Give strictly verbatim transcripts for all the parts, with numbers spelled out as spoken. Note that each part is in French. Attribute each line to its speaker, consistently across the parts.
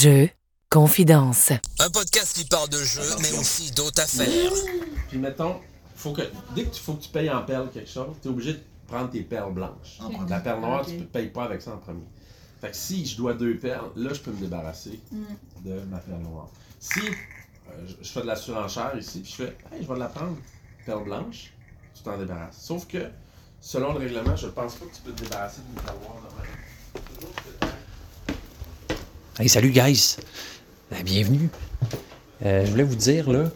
Speaker 1: Jeux, confidence.
Speaker 2: Un podcast qui parle de jeux, mais aussi d'autres affaires.
Speaker 3: Puis mettons, faut que, dès que tu faut que tu payes en perles quelque chose, tu es obligé de prendre tes perles blanches. Okay. La perle noire, okay. Tu ne payes pas avec ça en premier. Fait que si je dois deux perles, là, je peux me débarrasser mm. de ma perle noire. Si euh, je fais de la surenchère ici, puis je fais, hey, je vais la prendre, perle blanche, tu t'en débarrasses. Sauf que, selon le règlement, je pense pas que tu peux te débarrasser d'une perle noire de même.
Speaker 4: Hey, salut guys! Euh, bienvenue! Euh, je voulais vous dire là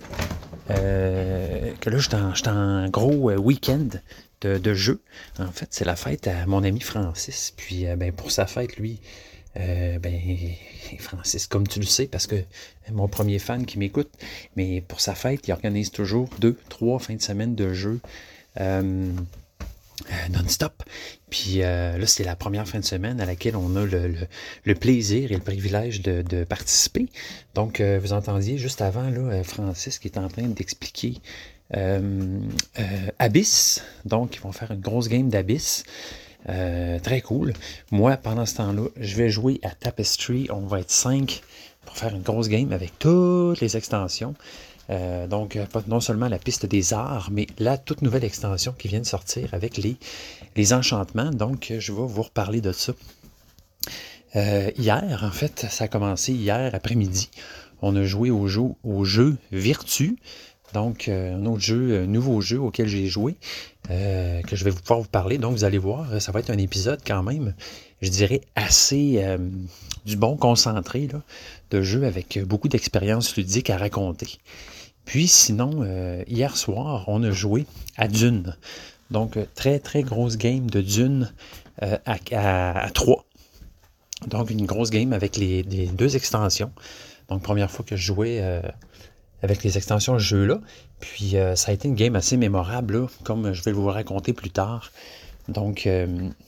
Speaker 4: euh, que là, je suis en, en gros euh, week-end de, de jeu. En fait, c'est la fête à mon ami Francis. Puis, euh, ben, pour sa fête, lui, euh, ben, Francis, comme tu le sais, parce que mon premier fan qui m'écoute, mais pour sa fête, il organise toujours deux, trois fins de semaine de jeu. Euh, Euh, non-stop. Puis euh, là, c'était la première fin de semaine à laquelle on a le, le, le plaisir et le privilège de, de participer. Donc, euh, vous entendiez juste avant, là, Francis qui est en train d'expliquer euh, euh, Abyss. Donc, ils vont faire une grosse game d'Abyss. Euh, très cool. Moi, pendant ce temps-là, je vais jouer à Tapestry. On va être cinq pour faire une grosse game avec toutes les extensions. Euh, donc, non seulement la piste des arts, mais la toute nouvelle extension qui vient de sortir avec les, les enchantements. Donc, je vais vous reparler de ça. Euh, hier, en fait, ça a commencé hier après-midi. On a joué au jeu, au jeu Virtue. Donc, euh, un autre jeu, un nouveau jeu auquel j'ai joué, euh, que je vais pouvoir vous parler. Donc, vous allez voir, ça va être un épisode quand même, je dirais, assez euh, du bon concentré là, de jeu avec beaucoup d'expériences ludiques à raconter. Puis sinon, euh, hier soir, on a joué à Dune. Donc, très, très grosse game de Dune euh, à, à, à trois. Donc, une grosse game avec les, les deux extensions. Donc, première fois que je jouais euh, avec les extensions de ce jeu-là. Puis, euh, ça a été une game assez mémorable, là, comme je vais vous raconter plus tard. Donc, euh,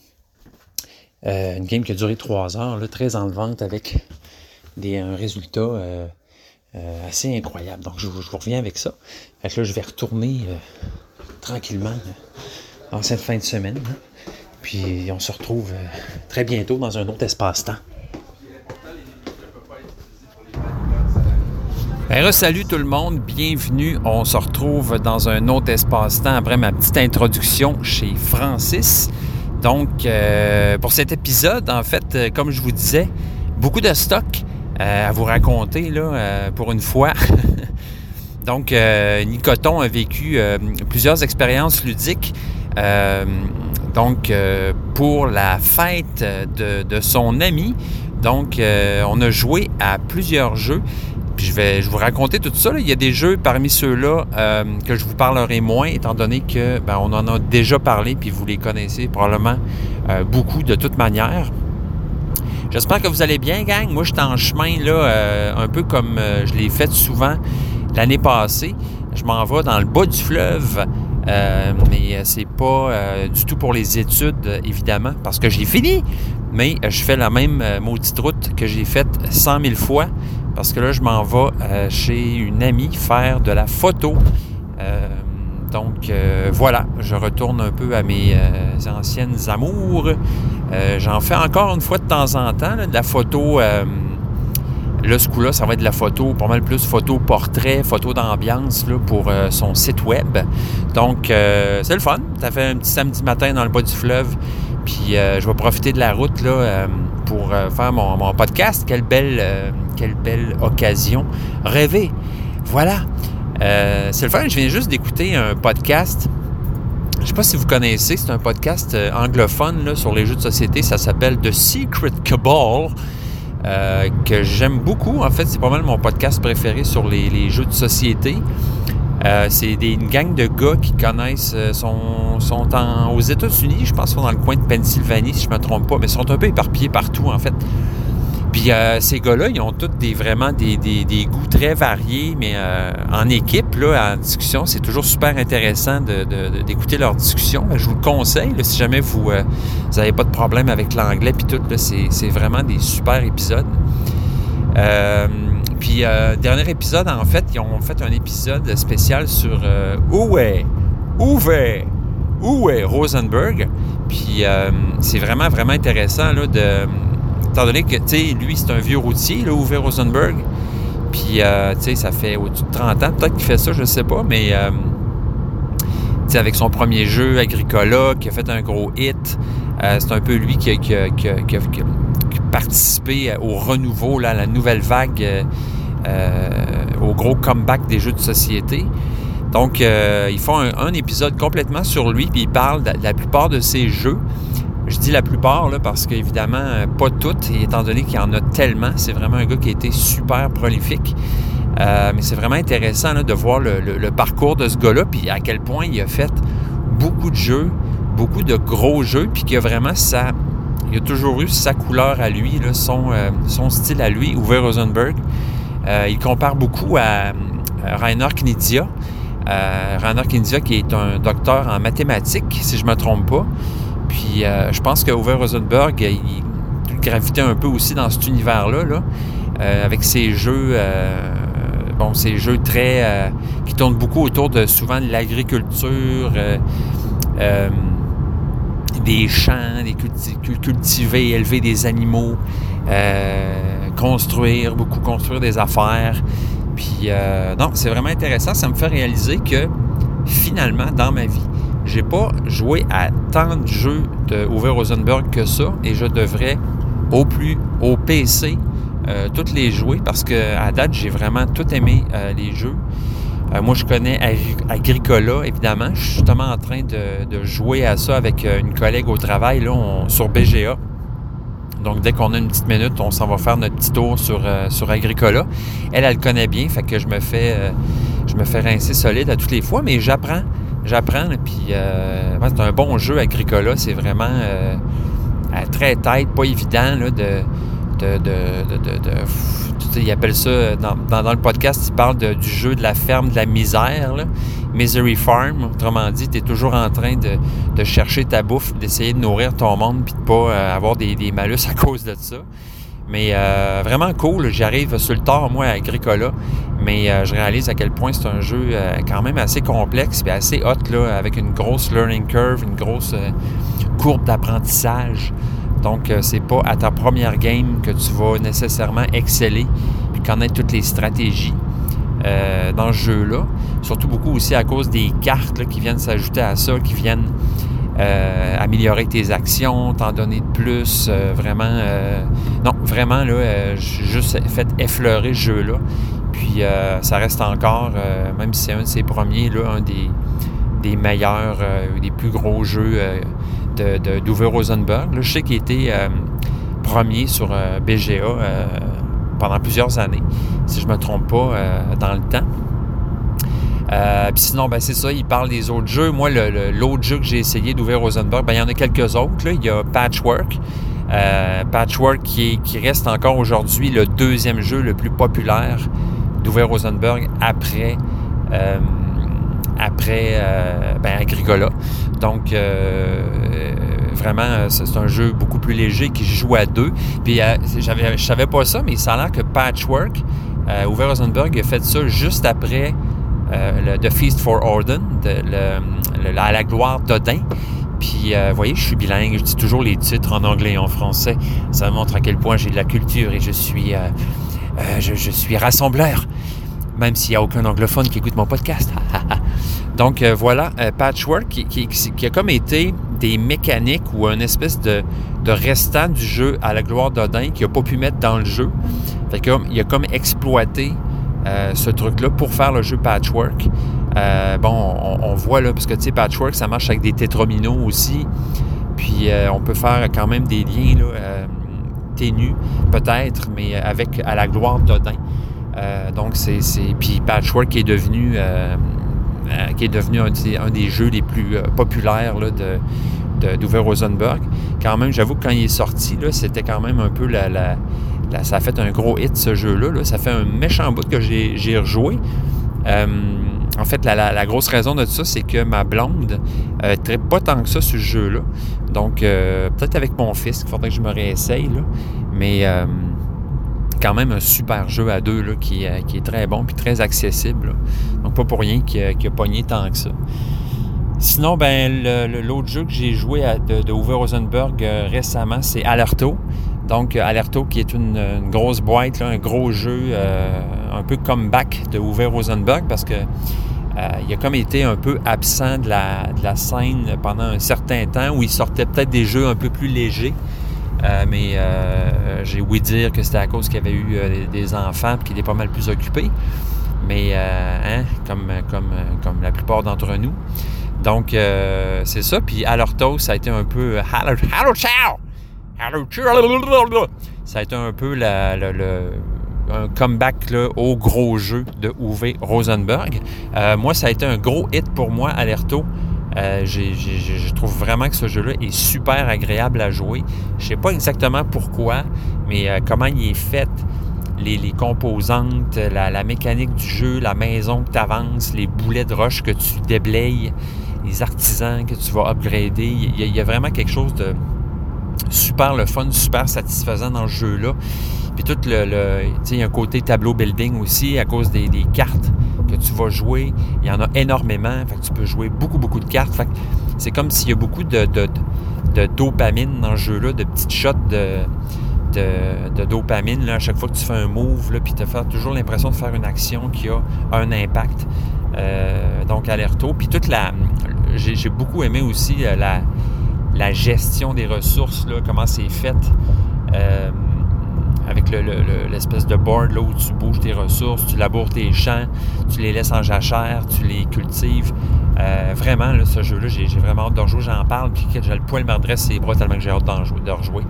Speaker 4: euh, une game qui a duré trois heures, là, très enlevante avec des, un résultat... Euh, Euh, assez incroyable. Donc, je, je vous reviens avec ça. Fait que là, je vais retourner euh, tranquillement euh, en cette fin de semaine. Hein. Puis, on se retrouve euh, très bientôt dans un autre espace-temps.
Speaker 5: Ben, salut tout le monde, bienvenue. On se retrouve dans un autre espace-temps après ma petite introduction chez Francis. Donc, euh, pour cet épisode, en fait, euh, comme je vous disais, beaucoup de stock Euh, à vous raconter, là, euh, pour une fois. Donc, euh, Nicoton a vécu euh, plusieurs expériences ludiques. Euh, donc, euh, pour la fête de, de son ami, donc, euh, on a joué à plusieurs jeux. Puis, je vais, je vais vous raconter tout ça. Là. Il y a des jeux parmi ceux-là euh, que je vous parlerai moins, étant donné que ben, on en a déjà parlé, puis vous les connaissez probablement euh, beaucoup de toute manière. J'espère que vous allez bien, gang. Moi, je suis en chemin, là, euh, un peu comme euh, je l'ai fait souvent l'année passée. Je m'en vais dans le bas du fleuve, euh, mais c'est pas euh, du tout pour les études, évidemment, parce que j'ai fini. Mais euh, je fais la même euh, maudite route que j'ai faite cent mille fois, parce que là, je m'en vais euh, chez une amie faire de la photo. Euh, Donc, euh, voilà, je retourne un peu à mes euh, anciennes amours. Euh, j'en fais encore une fois de temps en temps, là, de la photo. Euh, là, ce coup-là, ça va être de la photo, pas mal plus photo portrait, photo d'ambiance là, pour euh, son site web. Donc, euh, c'est le fun. Ça fait un petit samedi matin dans le bas du fleuve. Puis, euh, je vais profiter de la route là, euh, pour euh, faire mon, mon podcast. Quelle belle, euh, quelle belle occasion. Rêver. Voilà. Euh, c'est le fun, je viens juste d'écouter un podcast. Je ne sais pas si vous connaissez, c'est un podcast euh, anglophone là, sur les jeux de société. Ça s'appelle The Secret Cabal, euh, que j'aime beaucoup. En fait, c'est pas mal mon podcast préféré sur les, les jeux de société. Euh, c'est des, une gang de gars qui connaissent, euh, sont, sont en, aux États-Unis, je pense qu'ils sont dans le coin de Pennsylvanie, si je ne me trompe pas, mais ils sont un peu éparpillés partout, en fait. Puis euh, ces gars-là, ils ont tous des, vraiment des, des, des goûts très variés, mais euh, en équipe, là, en discussion, c'est toujours super intéressant de, de, de, d'écouter leurs discussions. Je vous le conseille, là, si jamais vous n'avez euh, pas de problème avec l'anglais puis tout, là, c'est, c'est vraiment des super épisodes. Euh, puis, euh, dernier épisode, en fait, ils ont fait un épisode spécial sur euh, Uwe, Uwe, Uwe Rosenberg. Puis, euh, c'est vraiment, vraiment intéressant là, de... étant donné que, tu sais, lui, c'est un vieux routier, là, Uwe Rosenberg. Puis, euh, tu sais, ça fait au-dessus de trente ans, peut-être qu'il fait ça, je ne sais pas, mais, euh, tu sais, avec son premier jeu, Agricola, qui a fait un gros hit, euh, c'est un peu lui qui a, qui a, qui a, qui a, qui a participé au renouveau, là, à la nouvelle vague, euh, euh, au gros comeback des jeux de société. Donc, euh, ils font un, un épisode complètement sur lui, puis ils parlent de la plupart de ses jeux. Je dis la plupart, là, parce qu'évidemment, pas toutes, et étant donné qu'il y en a tellement. C'est vraiment un gars qui a été super prolifique. Euh, mais c'est vraiment intéressant là, de voir le, le, le parcours de ce gars-là, puis à quel point il a fait beaucoup de jeux, beaucoup de gros jeux, puis qu'il a vraiment sa... Il a toujours eu sa couleur à lui, là, son, euh, son style à lui, Uwe Rosenberg. Euh, il compare beaucoup à, à Rainer Knizia. Euh, Rainer Knizia qui est un docteur en mathématiques, si je ne me trompe pas. Puis euh, je pense que Uwe Rosenberg, il, il gravitait un peu aussi dans cet univers-là, là, euh, avec ses jeux, euh, bon, ses jeux très, euh, qui tournent beaucoup autour de souvent de l'agriculture, euh, euh, des champs, des culti- cultiver, élever des animaux, euh, construire, beaucoup construire des affaires. Puis, euh, non, c'est vraiment intéressant. Ça me fait réaliser que, finalement, dans ma vie, j'ai pas joué à tant de jeux de Uwe Rosenberg que ça, et je devrais, au plus, au P C, euh, toutes les jouer, parce qu'à date, j'ai vraiment tout aimé euh, les jeux. Euh, moi, je connais Agricola, évidemment. Je suis justement en train de, de jouer à ça avec une collègue au travail, là, on, sur B G A. Donc, dès qu'on a une petite minute, on s'en va faire notre petit tour sur, euh, sur Agricola. Elle, elle le connaît bien, fait que je me fais, euh, je me fais rincer solide à toutes les fois, mais j'apprends, j'apprends, puis euh, c'est un bon jeu, Agricola. C'est vraiment euh, très tête, pas évident là, de... de, de, de, de, de tu sais, ils appellent ça, dans, dans, dans le podcast, ils parlent de, du jeu de la ferme de la misère, là. Misery Farm, autrement dit, tu es toujours en train de, de chercher ta bouffe, d'essayer de nourrir ton monde, puis de pas euh, avoir des, des malus à cause de ça. Mais euh, vraiment cool, j'arrive sur le tard, moi, à Agricola, mais euh, je réalise à quel point c'est un jeu euh, quand même assez complexe, puis assez hot, là, avec une grosse learning curve, une grosse euh, courbe d'apprentissage. Donc, euh, c'est pas à ta première game que tu vas nécessairement exceller, puis connaître toutes les stratégies. Euh, dans ce jeu-là. Surtout beaucoup aussi à cause des cartes là, qui viennent s'ajouter à ça, qui viennent euh, améliorer tes actions, t'en donner de plus. Euh, vraiment, euh, non, vraiment, là, euh, j'ai juste fait effleurer ce jeu-là. Puis, euh, ça reste encore, euh, même si c'est un de ses premiers, là, un des, des meilleurs, euh, des plus gros jeux euh, de, de, d'Uwe Rosenberg. Là, je sais qu'il était euh, premier sur euh, B G A euh, pendant plusieurs années, si je ne me trompe pas, euh, dans le temps. Euh, Puis sinon, ben, c'est ça, il parle des autres jeux. Moi, le, le, l'autre jeu que j'ai essayé d'Uwe Rosenberg, ben, il y en a quelques autres. Là. Il y a Patchwork. Euh, Patchwork qui, est, qui reste encore aujourd'hui le deuxième jeu le plus populaire d'Uwe Rosenberg après, euh, après euh, ben, Agricola. Donc, euh, vraiment, c'est un jeu beaucoup plus léger qui joue à deux. Puis, euh, j'avais, je savais pas ça, mais ça a l'air que Patchwork, euh, Uwe Rosenberg a fait ça juste après euh, le The Feast for Odin, de, le, le, à la gloire d'Odin. Puis, euh, vous voyez, je suis bilingue, je dis toujours les titres en anglais et en français. Ça montre à quel point j'ai de la culture et je suis, euh, euh, je, je suis rassembleur, même s'il n'y a aucun anglophone qui écoute mon podcast. Donc, euh, voilà, euh, Patchwork, qui, qui, qui a comme été des mécaniques ou une espèce de, de restant du jeu à la gloire d'Odin qu'il n'a pas pu mettre dans le jeu. Fait qu'il a comme exploité euh, ce truc-là pour faire le jeu Patchwork. Euh, bon, on, on voit là, parce que tu sais, Patchwork, ça marche avec des tétrominos aussi. Puis, euh, on peut faire quand même des liens là, euh, ténus, peut-être, mais avec à la gloire d'Odin. Euh, donc, c'est, c'est... Puis Patchwork qui est devenu... Euh, Euh, qui est devenu un, un des jeux les plus euh, populaires là, de, de, d'Uwe Rosenberg. Quand même, j'avoue que quand il est sorti, là, c'était quand même un peu la, la, la... Ça a fait un gros hit, ce jeu-là. Là. Ça fait un méchant bout que j'ai, j'ai rejoué. Euh, en fait, la, la, la grosse raison de ça, c'est que ma blonde ne euh, trippe pas tant que ça sur ce jeu-là. Donc, euh, peut-être avec mon fils, il faudrait que je me réessaye. Là. Mais... Euh, quand même un super jeu à deux là, qui, euh, qui est très bon puis très accessible. Là. Donc, pas pour rien qu'il a, qu'il a pogné tant que ça. Sinon, ben le, le, l'autre jeu que j'ai joué à, de, de Uwe Rosenberg euh, récemment, c'est Alerto. Donc, Alerto, qui est une, une grosse boîte, là, un gros jeu, euh, un peu comeback de Uwe Rosenberg, parce que euh, il a comme été un peu absent de la, de la scène pendant un certain temps, où il sortait peut-être des jeux un peu plus légers. Euh, mais euh, j'ai ouï dire que c'était à cause qu'il avait eu euh, des enfants et qu'il était pas mal plus occupé. Mais, euh, hein, comme, comme, comme la plupart d'entre nous. Donc, euh, c'est ça. Puis, Alerto, ça a été un peu... Hello, hello, ciao! Hello, ciao! Ça a été un peu la, la, la, un comeback là, au gros jeu de Uwe Rosenberg. Euh, moi, ça a été un gros hit pour moi, Alerto. Euh, j'ai, j'ai, je trouve vraiment que ce jeu-là est super agréable à jouer. Je ne sais pas exactement pourquoi, mais euh, comment il est fait, les, les composantes, la, la mécanique du jeu, la maison que tu avances, les boulets de roche que tu déblayes, les artisans que tu vas upgrader. Il y a, il y a vraiment quelque chose de super le fun, super satisfaisant dans ce jeu-là. Puis tout le... le tu sais, il y a un côté tableau building aussi à cause des, des cartes que tu vas jouer. Il y en a énormément. Fait que tu peux jouer beaucoup, beaucoup de cartes. Fait que c'est comme s'il y a beaucoup de, de, de dopamine dans ce jeu-là, de petites shots de, de, de dopamine là, à chaque fois que tu fais un move. Là, puis tu as toujours l'impression de faire une action qui a un impact. Euh, donc, Alerto. Puis toute la... J'ai, j'ai beaucoup aimé aussi la, la gestion des ressources, là, comment c'est fait. Euh, avec le, le, le, l'espèce de board là, où tu bouges tes ressources, tu laboures tes champs, tu les laisses en jachère, tu les cultives. Euh, vraiment, là, ce jeu-là, j'ai, j'ai vraiment hâte de rejouer. J'en parle, puis j'ai le poil me redresse ses bras tellement que j'ai hâte d'en jouer, de rejouer.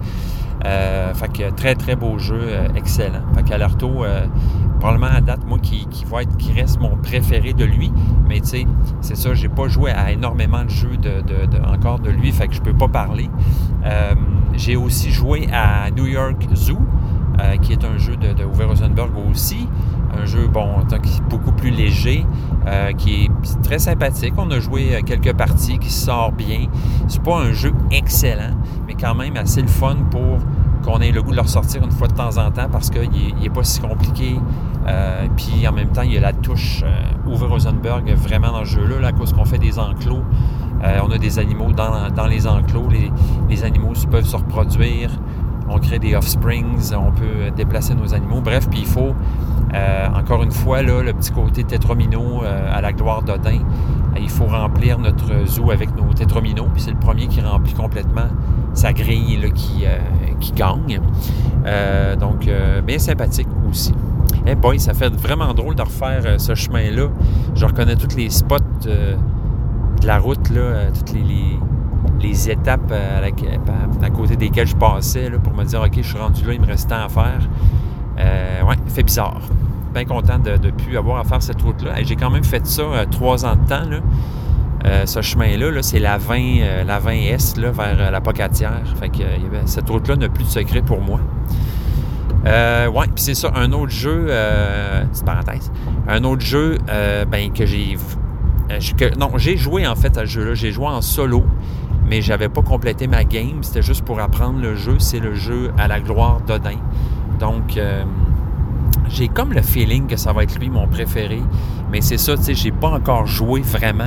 Speaker 5: Euh, fait que très, très beau jeu, euh, excellent. Fait qu'Alerto, euh, probablement à date, moi, qui, qui va être, qui reste mon préféré de lui. Mais tu sais, c'est ça, j'ai pas joué à énormément de jeux de, de, de, encore de lui, fait que je peux pas parler. Euh, j'ai aussi joué à New York Zoo, Euh, qui est un jeu de, de Uwe Rosenberg aussi. Un jeu, bon, beaucoup plus léger, euh, qui est très sympathique. On a joué quelques parties qui sort bien. C'est pas un jeu excellent, mais quand même assez le fun pour qu'on ait le goût de le ressortir une fois de temps en temps parce qu'il n'est pas si compliqué. Euh, puis en même temps, il y a la touche euh, Uwe Rosenberg vraiment dans le jeu-là, là, à cause qu'on fait des enclos. Euh, on a des animaux dans, dans les enclos. Les, les animaux peuvent se reproduire. On crée des offsprings, on peut déplacer nos animaux. Bref, puis il faut, euh, encore une fois, là, le petit côté tétromino euh, à la gloire d'Odin. Il faut remplir notre zoo avec nos tétrominos. Puis c'est le premier qui remplit complètement sa grille là, qui, euh, qui gagne. Euh, donc, euh, bien sympathique aussi. Eh hey boy, ça fait vraiment drôle de refaire euh, ce chemin-là. Je reconnais tous les spots euh, de la route, là, euh, toutes les... les les étapes à, la, à côté desquelles je passais là, pour me dire « OK, je suis rendu là, il me reste tant à faire. Euh, » Ouais, ça fait bizarre. Bien content de ne plus avoir à faire cette route-là. Et j'ai quand même fait ça euh, trois ans de temps. Là. Euh, ce chemin-là, là, c'est la vingt, euh, la vingt S là, vers euh, la Pocatière. Fait que euh, cette route-là n'a plus de secret pour moi. Euh, ouais, puis c'est ça, un autre jeu, euh, petite parenthèse, un autre jeu euh, ben, que j'ai... Euh, que, non, j'ai joué en fait à ce jeu-là. J'ai joué en solo. Mais j'avais pas complété ma game. C'était juste pour apprendre le jeu. C'est le jeu à la gloire d'Odin. Donc, euh, j'ai comme le feeling que ça va être lui mon préféré. Mais c'est ça, tu sais, j'ai pas encore joué vraiment.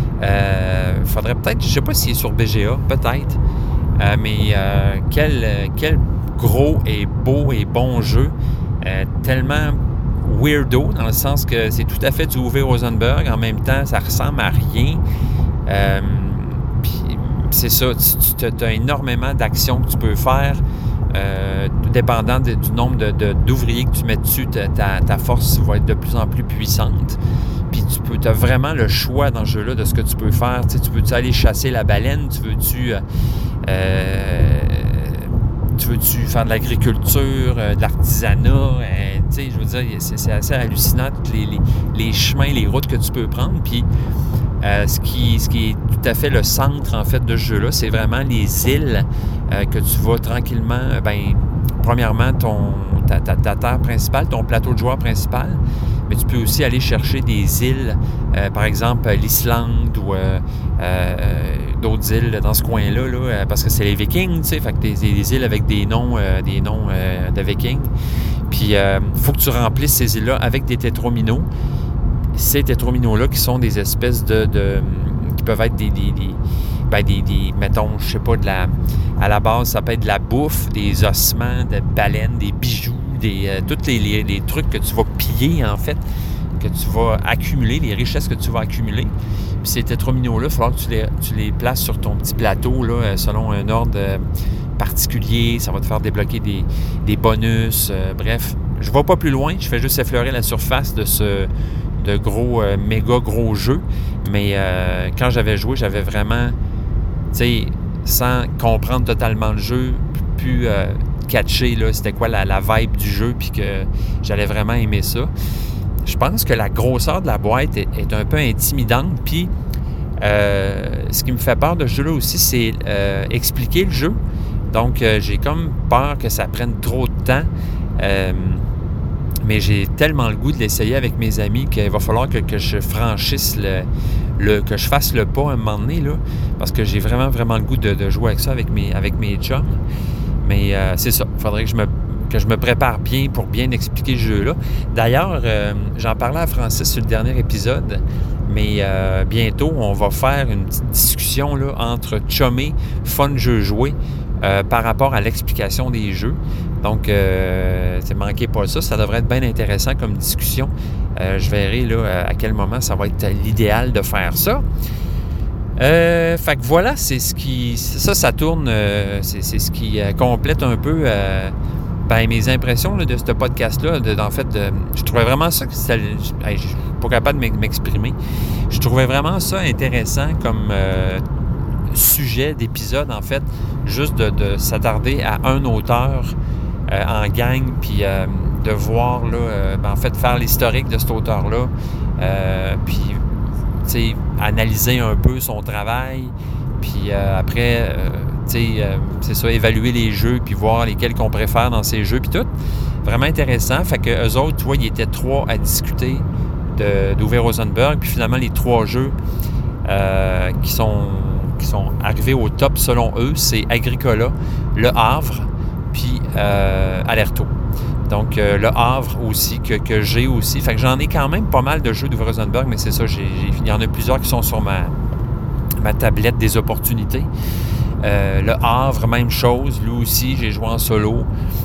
Speaker 5: Euh, faudrait peut-être, je sais pas s'il est sur B G A, peut-être. Euh, mais euh, quel, quel gros et beau et bon jeu. Euh, tellement weirdo, dans le sens que c'est tout à fait du Uwe Rosenberg. En même temps, ça ressemble à rien. Euh, puis, c'est ça, tu, tu as énormément d'actions que tu peux faire, euh, dépendant de, du nombre de, de, d'ouvriers que tu mets dessus, ta, ta, ta force va être de plus en plus puissante. Puis tu peux, as vraiment le choix dans ce jeu-là de ce que tu peux faire. Tu sais, tu veux-tu aller chasser la baleine, tu veux-tu, euh, tu veux-tu faire de l'agriculture, euh, de l'artisanat, euh, tu sais, je veux dire, c'est, c'est assez hallucinant, tous les, les, les chemins, les routes que tu peux prendre. Puis Euh, ce, qui, ce qui est tout à fait le centre, en fait, de ce jeu-là, c'est vraiment les îles euh, que tu vas tranquillement... Ben, premièrement, ton, ta, ta, ta terre principale, ton plateau de joueur principal, mais tu peux aussi aller chercher des îles, euh, par exemple l'Islande ou euh, euh, d'autres îles dans ce coin-là, là, parce que c'est les Vikings, tu sais, fait que des, des îles avec des noms, euh, des noms euh, de Vikings. Puis, il euh, faut que tu remplisses ces îles-là avec des tétrominos. Ces tétrominos-là qui sont des espèces de, de qui peuvent être des, des, des, ben des, des, mettons, je sais pas, de la, à la base, ça peut être de la bouffe, des ossements de baleines, des bijoux, des, euh, tous les, les, les trucs que tu vas piller, en fait, que tu vas accumuler, les richesses que tu vas accumuler. Puis ces tétraminaux-là, il va falloir que tu les, tu les places sur ton petit plateau, là, selon un ordre euh, particulier. Ça va te faire débloquer des, des bonus. Euh, bref, je ne vais pas plus loin. Je fais juste effleurer la surface de ce de gros, euh, méga gros jeu. Mais euh, quand j'avais joué, j'avais vraiment, tu sais, sans comprendre totalement le jeu, plus euh, catcher, là, c'était quoi la, la vibe du jeu, puis que j'allais vraiment aimer ça. Je pense que la grosseur de la boîte est, est un peu intimidante. Puis, euh, ce qui me fait peur de ce jeu-là aussi, c'est euh, expliquer le jeu. Donc, euh, j'ai comme peur que ça prenne trop de temps. Euh, mais j'ai tellement le goût de l'essayer avec mes amis qu'il va falloir que, que je franchisse le, le... que je fasse le pas à un moment donné, là, parce que j'ai vraiment, vraiment le goût de, de jouer avec ça avec mes, avec mes chums. Mais euh, c'est ça. Il faudrait que je me que je me prépare bien pour bien expliquer le jeu-là. D'ailleurs, euh, j'en parlais à Francis sur le dernier épisode, mais euh, bientôt, on va faire une petite discussion là, entre chummés, fun jeu joué, euh, par rapport à l'explication des jeux. Donc, euh, ne manquez pas ça, ça devrait être bien intéressant comme discussion. Euh, je verrai là, à quel moment ça va être l'idéal de faire ça. Euh, fait que voilà, c'est ce qui... Ça, ça tourne... Euh, c'est, c'est ce qui euh, complète un peu... Euh, Ben, mes impressions là, de ce podcast-là, de, en fait, de, je trouvais vraiment ça que c'était, je ne suis pas capable de m'exprimer. Je trouvais vraiment ça intéressant comme euh, sujet d'épisode, en fait, juste de, de s'attarder à un auteur euh, en gang, puis euh, de voir, là, euh, ben, en fait, faire l'historique de cet auteur-là, euh, puis, tu sais, analyser un peu son travail, puis euh, après... Euh, tu sais, euh, c'est ça, évaluer les jeux, puis voir lesquels qu'on préfère dans ces jeux, puis tout. Vraiment intéressant. Fait que eux autres, tu vois, ils étaient trois à discuter de, d'Uwe Rosenberg, puis finalement, les trois jeux euh, qui sont qui sont arrivés au top, selon eux, c'est Agricola, Le Havre, puis euh, Alerto. Donc, euh, Le Havre aussi, que, que j'ai aussi. Fait que j'en ai quand même pas mal de jeux d'Uwe Rosenberg, mais c'est ça, j'ai, j'ai, il y en a plusieurs qui sont sur ma, ma tablette des opportunités. Euh, le Havre, même chose. Lui aussi, j'ai joué en solo.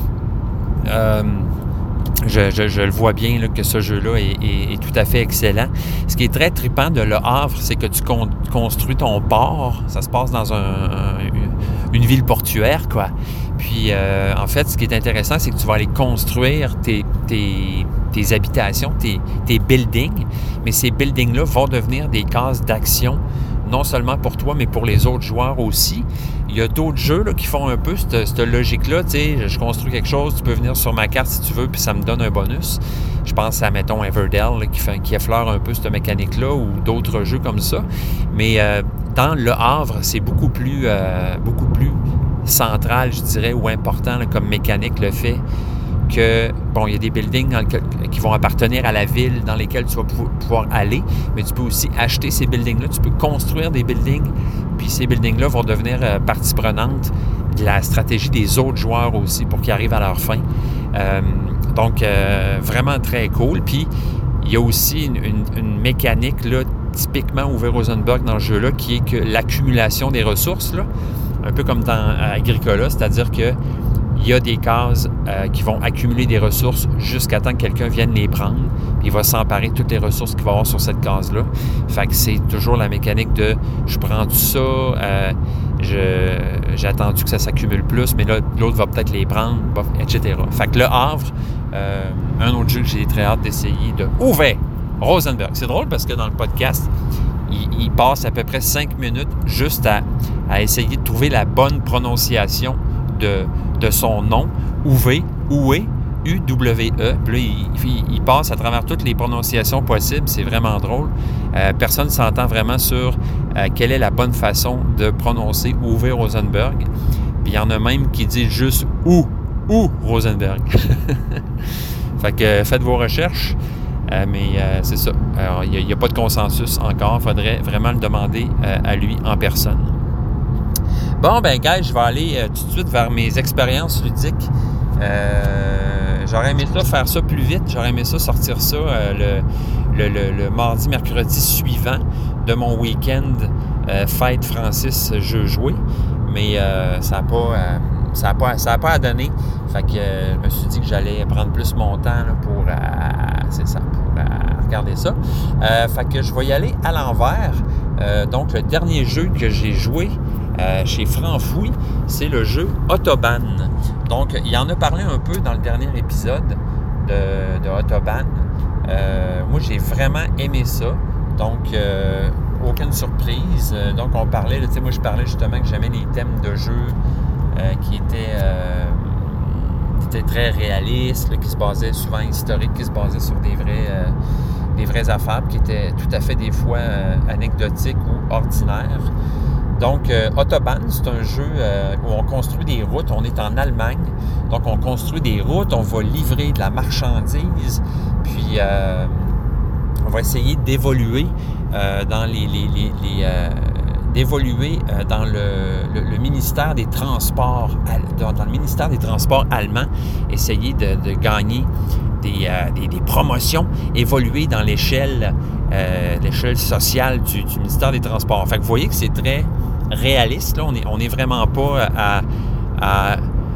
Speaker 5: Euh, je, je, je le vois bien là, que ce jeu-là est, est, est tout à fait excellent. Ce qui est très trippant de Le Havre, c'est que tu con- construis ton port. Ça se passe dans un, un, une ville portuaire, quoi. Puis, euh, en fait, ce qui est intéressant, c'est que tu vas aller construire tes, tes, tes habitations, tes, tes buildings. Mais ces buildings-là vont devenir des cases d'action, non seulement pour toi, mais pour les autres joueurs aussi. Il y a d'autres jeux là, qui font un peu cette, cette logique-là. Tu sais, je construis quelque chose, tu peux venir sur ma carte si tu veux, puis ça me donne un bonus. Je pense à, mettons, Everdell, là, qui, fait, qui effleure un peu cette mécanique-là, ou d'autres jeux comme ça. Mais euh, dans Le Havre, c'est beaucoup plus, euh, beaucoup plus central, je dirais, ou important là, comme mécanique, le fait que, bon, il y a des buildings dans le, qui vont appartenir à la ville dans lesquels tu vas pouvoir aller, mais tu peux aussi acheter ces buildings-là, tu peux construire des buildings, puis ces buildings-là vont devenir euh, partie prenante de la stratégie des autres joueurs aussi pour qu'ils arrivent à leur fin. Euh, donc, euh, vraiment très cool. Puis, il y a aussi une, une, une mécanique, là, typiquement Uwe Rosenberg dans ce jeu-là, qui est que l'accumulation des ressources, là, un peu comme dans Agricola, c'est-à-dire que il y a des cases euh, qui vont accumuler des ressources jusqu'à temps que quelqu'un vienne les prendre, puis il va s'emparer de toutes les ressources qu'il va avoir sur cette case-là. Fait que c'est toujours la mécanique de « je prends tout ça, euh, je, j'ai attendu que ça s'accumule plus, mais là, l'autre va peut-être les prendre, et cetera » Fait que Le Havre, euh, un autre jeu que j'ai très hâte d'essayer, de Uwe Rosenberg. C'est drôle parce que dans le podcast, il, il passe à peu près cinq minutes juste à, à essayer de trouver la bonne prononciation de, de son nom, Uwe, Uwe, U W E. Puis là, il, il, il passe à travers toutes les prononciations possibles. C'est vraiment drôle. Euh, personne ne s'entend vraiment sur euh, quelle est la bonne façon de prononcer Uwe Rosenberg. Puis il y en a même qui disent juste ou, ou Rosenberg. Fait que faites vos recherches. Euh, mais euh, c'est ça. Alors, il n'y a, a pas de consensus encore. Il faudrait vraiment le demander euh, à lui en personne. Bon, ben, guys, je vais aller euh, tout de suite vers mes expériences ludiques. Euh, j'aurais aimé ça faire ça plus vite. J'aurais aimé ça sortir ça euh, le, le, le, le mardi, mercredi suivant de mon week-end euh, fête Francis jeu joué, mais euh, ça n'a pas, euh, ça a pas, ça a pas à donner. Fait que euh, je me suis dit que j'allais prendre plus mon temps là, pour, euh, c'est ça, pour euh, regarder ça. Euh, fait que je vais y aller à l'envers. Euh, donc, le dernier jeu que j'ai joué euh, chez Franfouille, c'est le jeu Autobahn. Donc, il en a parlé un peu dans le dernier épisode de, de Autobahn. Euh, moi, j'ai vraiment aimé ça. Donc, euh, aucune surprise. Donc, on parlait, tu sais, moi, je parlais justement que j'aimais les thèmes de jeu euh, qui étaient, euh, qui étaient très réalistes, là, qui se basaient souvent historiques, qui se basaient sur des vrais... Euh, des vraies affaires qui étaient tout à fait des fois euh, anecdotiques ou ordinaires. Donc, euh, Autobahn, c'est un jeu euh, où on construit des routes. On est en Allemagne, donc on construit des routes, on va livrer de la marchandise, puis euh, on va essayer d'évoluer euh, dans les, les, les, les euh, d'évoluer euh, dans le, le, le ministère des Transports, dans, dans le ministère des Transports allemand, essayer de, de gagner Des, euh, des, des promotions, évoluer dans l'échelle, euh, l'échelle sociale du, du ministère des Transports. Fait que vous voyez que c'est très réaliste. Là. On n'est on est vraiment pas à, à,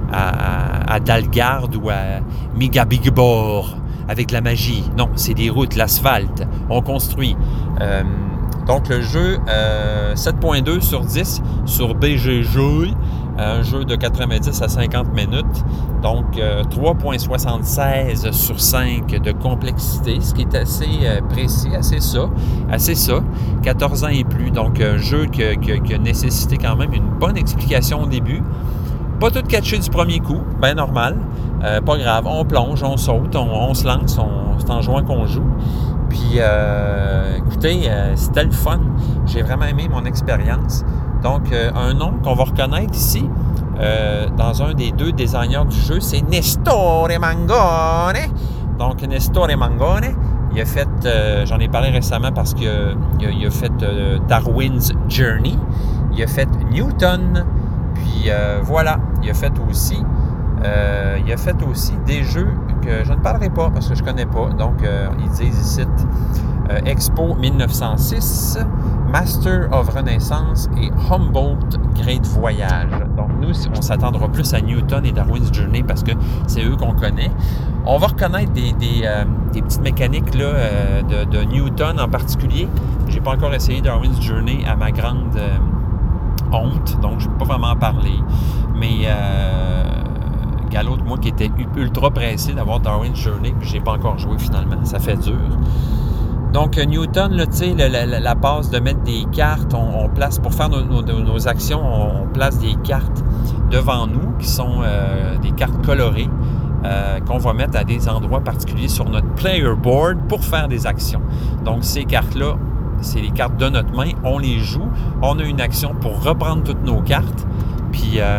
Speaker 5: à, à Dalgarde ou à Migabigborg avec de la magie. Non, c'est des routes, l'asphalte. On construit. Euh, donc, le jeu, euh, sept virgule deux sur dix sur B G G. Un jeu de quatre-vingt-dix à cinquante minutes, donc euh, trois virgule soixante-seize sur cinq de complexité, ce qui est assez euh, précis, assez ça, assez ça, quatorze ans et plus, donc un jeu qui, qui, qui a nécessité quand même une bonne explication au début, pas tout catché du premier coup, bien normal, euh, pas grave, on plonge, on saute, on, on se lance, on, c'est en jouant qu'on joue. Puis, euh, écoutez, euh, c'était le fun. J'ai vraiment aimé mon expérience. Donc, euh, un nom qu'on va reconnaître ici, euh, dans un des deux designers du jeu, c'est Nestore Mangone. Donc, Nestore Mangone, il a fait, euh, j'en ai parlé récemment parce qu'il a, il a fait euh, Darwin's Journey. Il a fait Newton. Puis, euh, voilà, il a fait aussi... Euh, il a fait aussi des jeux que je ne parlerai pas parce que je ne connais pas. Donc, euh, ils disent ici euh, Expo mille neuf cent six, Master of Renaissance et Humboldt Great Voyage. Donc, nous, on s'attendra plus à Newton et Darwin's Journey parce que c'est eux qu'on connaît. On va reconnaître des, des, euh, des petites mécaniques là, euh, de, de Newton en particulier. Je n'ai pas encore essayé Darwin's Journey à ma grande euh, honte, donc je ne peux pas vraiment en parler. Mais... Euh, L'autre, moi, qui était ultra pressé d'avoir Darwin's Journey, puis j'ai pas encore joué finalement. Ça fait dur. Donc, Newton, là, tu sais, la, la, la base de mettre des cartes, on, on place, pour faire nos, nos, nos actions, on, on place des cartes devant nous, qui sont euh, des cartes colorées, euh, qu'on va mettre à des endroits particuliers sur notre player board pour faire des actions. Donc, ces cartes-là, c'est les cartes de notre main, on les joue, on a une action pour reprendre toutes nos cartes, puis... Euh,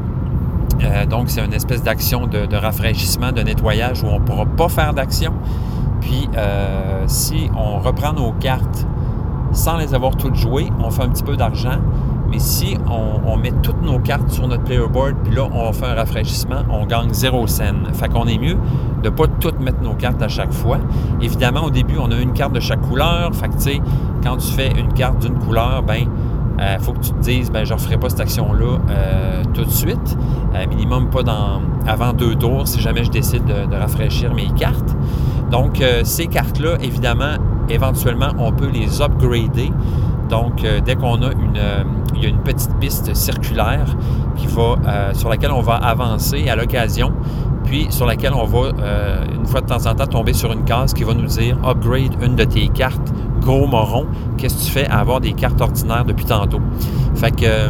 Speaker 5: Euh, donc, c'est une espèce d'action de, de rafraîchissement, de nettoyage où on ne pourra pas faire d'action. Puis, euh, si on reprend nos cartes sans les avoir toutes jouées, on fait un petit peu d'argent. Mais si on, on met toutes nos cartes sur notre player board, puis là, on fait un rafraîchissement, on gagne zéro cent. Fait qu'on est mieux de ne pas toutes mettre nos cartes à chaque fois. Évidemment, au début, on a une carte de chaque couleur. Fait que, tu sais, quand tu fais une carte d'une couleur, ben il euh, faut que tu te dises, ben je ne referai pas cette action-là euh, tout de suite. Euh, minimum pas dans, avant deux tours, si jamais je décide de, de rafraîchir mes cartes. Donc, euh, ces cartes-là, évidemment, éventuellement, on peut les upgrader. Donc, euh, dès qu'on a une... Euh, il y a une petite piste circulaire qui va, euh, sur laquelle on va avancer à l'occasion, puis sur laquelle on va, euh, une fois de temps en temps, tomber sur une case qui va nous dire « Upgrade une de tes cartes, gros moron, qu'est-ce que tu fais à avoir des cartes ordinaires depuis tantôt? » Fait que euh,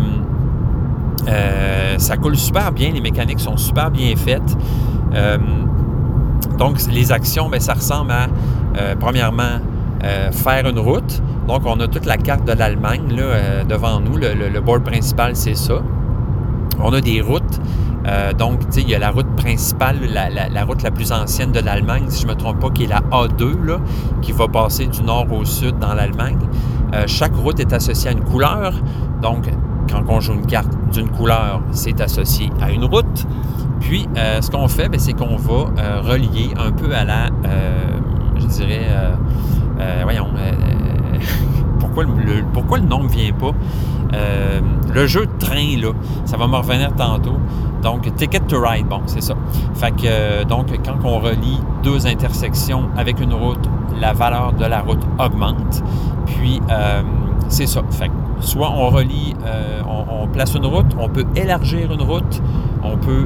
Speaker 5: euh, ça coule super bien, les mécaniques sont super bien faites. Euh, donc, les actions, bien, ça ressemble à, euh, premièrement, euh, faire une route. Donc, on a toute la carte de l'Allemagne là, euh, devant nous. Le, le, le board principal, c'est ça. On a des routes. Euh, donc, tu sais, il y a la route principale, la, la, la route la plus ancienne de l'Allemagne, si je ne me trompe pas, qui est la A deux, là, qui va passer du nord au sud dans l'Allemagne. Euh, chaque route est associée à une couleur. Donc, quand on joue une carte d'une couleur, c'est associé à une route. Puis, euh, ce qu'on fait, bien, c'est qu'on va euh, relier un peu à la, euh, je dirais, euh, euh, voyons, euh, pour pourquoi le, le, pourquoi le nom ne vient pas. Euh, le jeu de train, là, ça va me revenir tantôt. Donc, Ticket to Ride, bon, c'est ça. Fait que, euh, donc, quand on relie deux intersections avec une route, la valeur de la route augmente. Puis, euh, c'est ça. Fait que, soit on relie, euh, on, on place une route, on peut élargir une route, on peut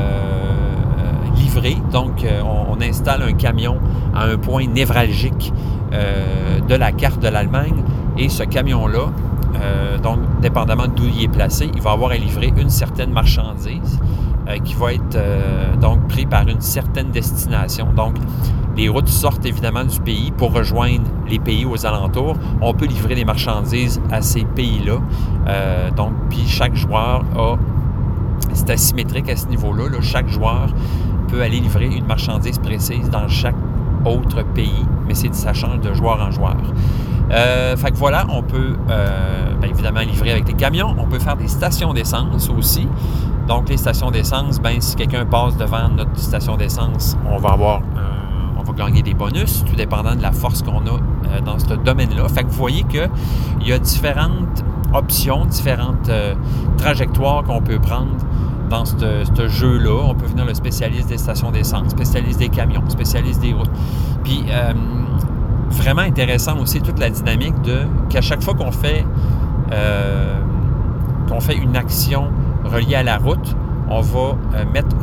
Speaker 5: euh, livrer. Donc, euh, on, on installe un camion à un point névralgique euh, de la carte de l'Allemagne. Et ce camion-là, Euh, donc, dépendamment d'où il est placé, il va avoir à livrer une certaine marchandise euh, qui va être euh, donc pris par une certaine destination. Donc, les routes sortent évidemment du pays pour rejoindre les pays aux alentours. On peut livrer des marchandises à ces pays-là. Euh, donc, puis chaque joueur a... C'est asymétrique à ce niveau-là. Là. Chaque joueur peut aller livrer une marchandise précise dans chaque autre pays, mais c'est, ça change de joueur en joueur. Euh, fait que voilà, on peut euh, bien évidemment livrer avec les camions. On peut faire des stations d'essence aussi. Donc, les stations d'essence, ben si quelqu'un passe devant notre station d'essence, on va avoir euh, on va gagner des bonus, tout dépendant de la force qu'on a euh, dans ce domaine-là. Fait que vous voyez qu'il y a différentes options, différentes euh, trajectoires qu'on peut prendre dans ce jeu-là. On peut venir le spécialiste des stations d'essence, spécialiste des camions, spécialiste des routes. Puis, euh, vraiment intéressant aussi toute la dynamique de qu'à chaque fois qu'on fait euh, qu'on fait une action reliée à la route, on va euh, mettre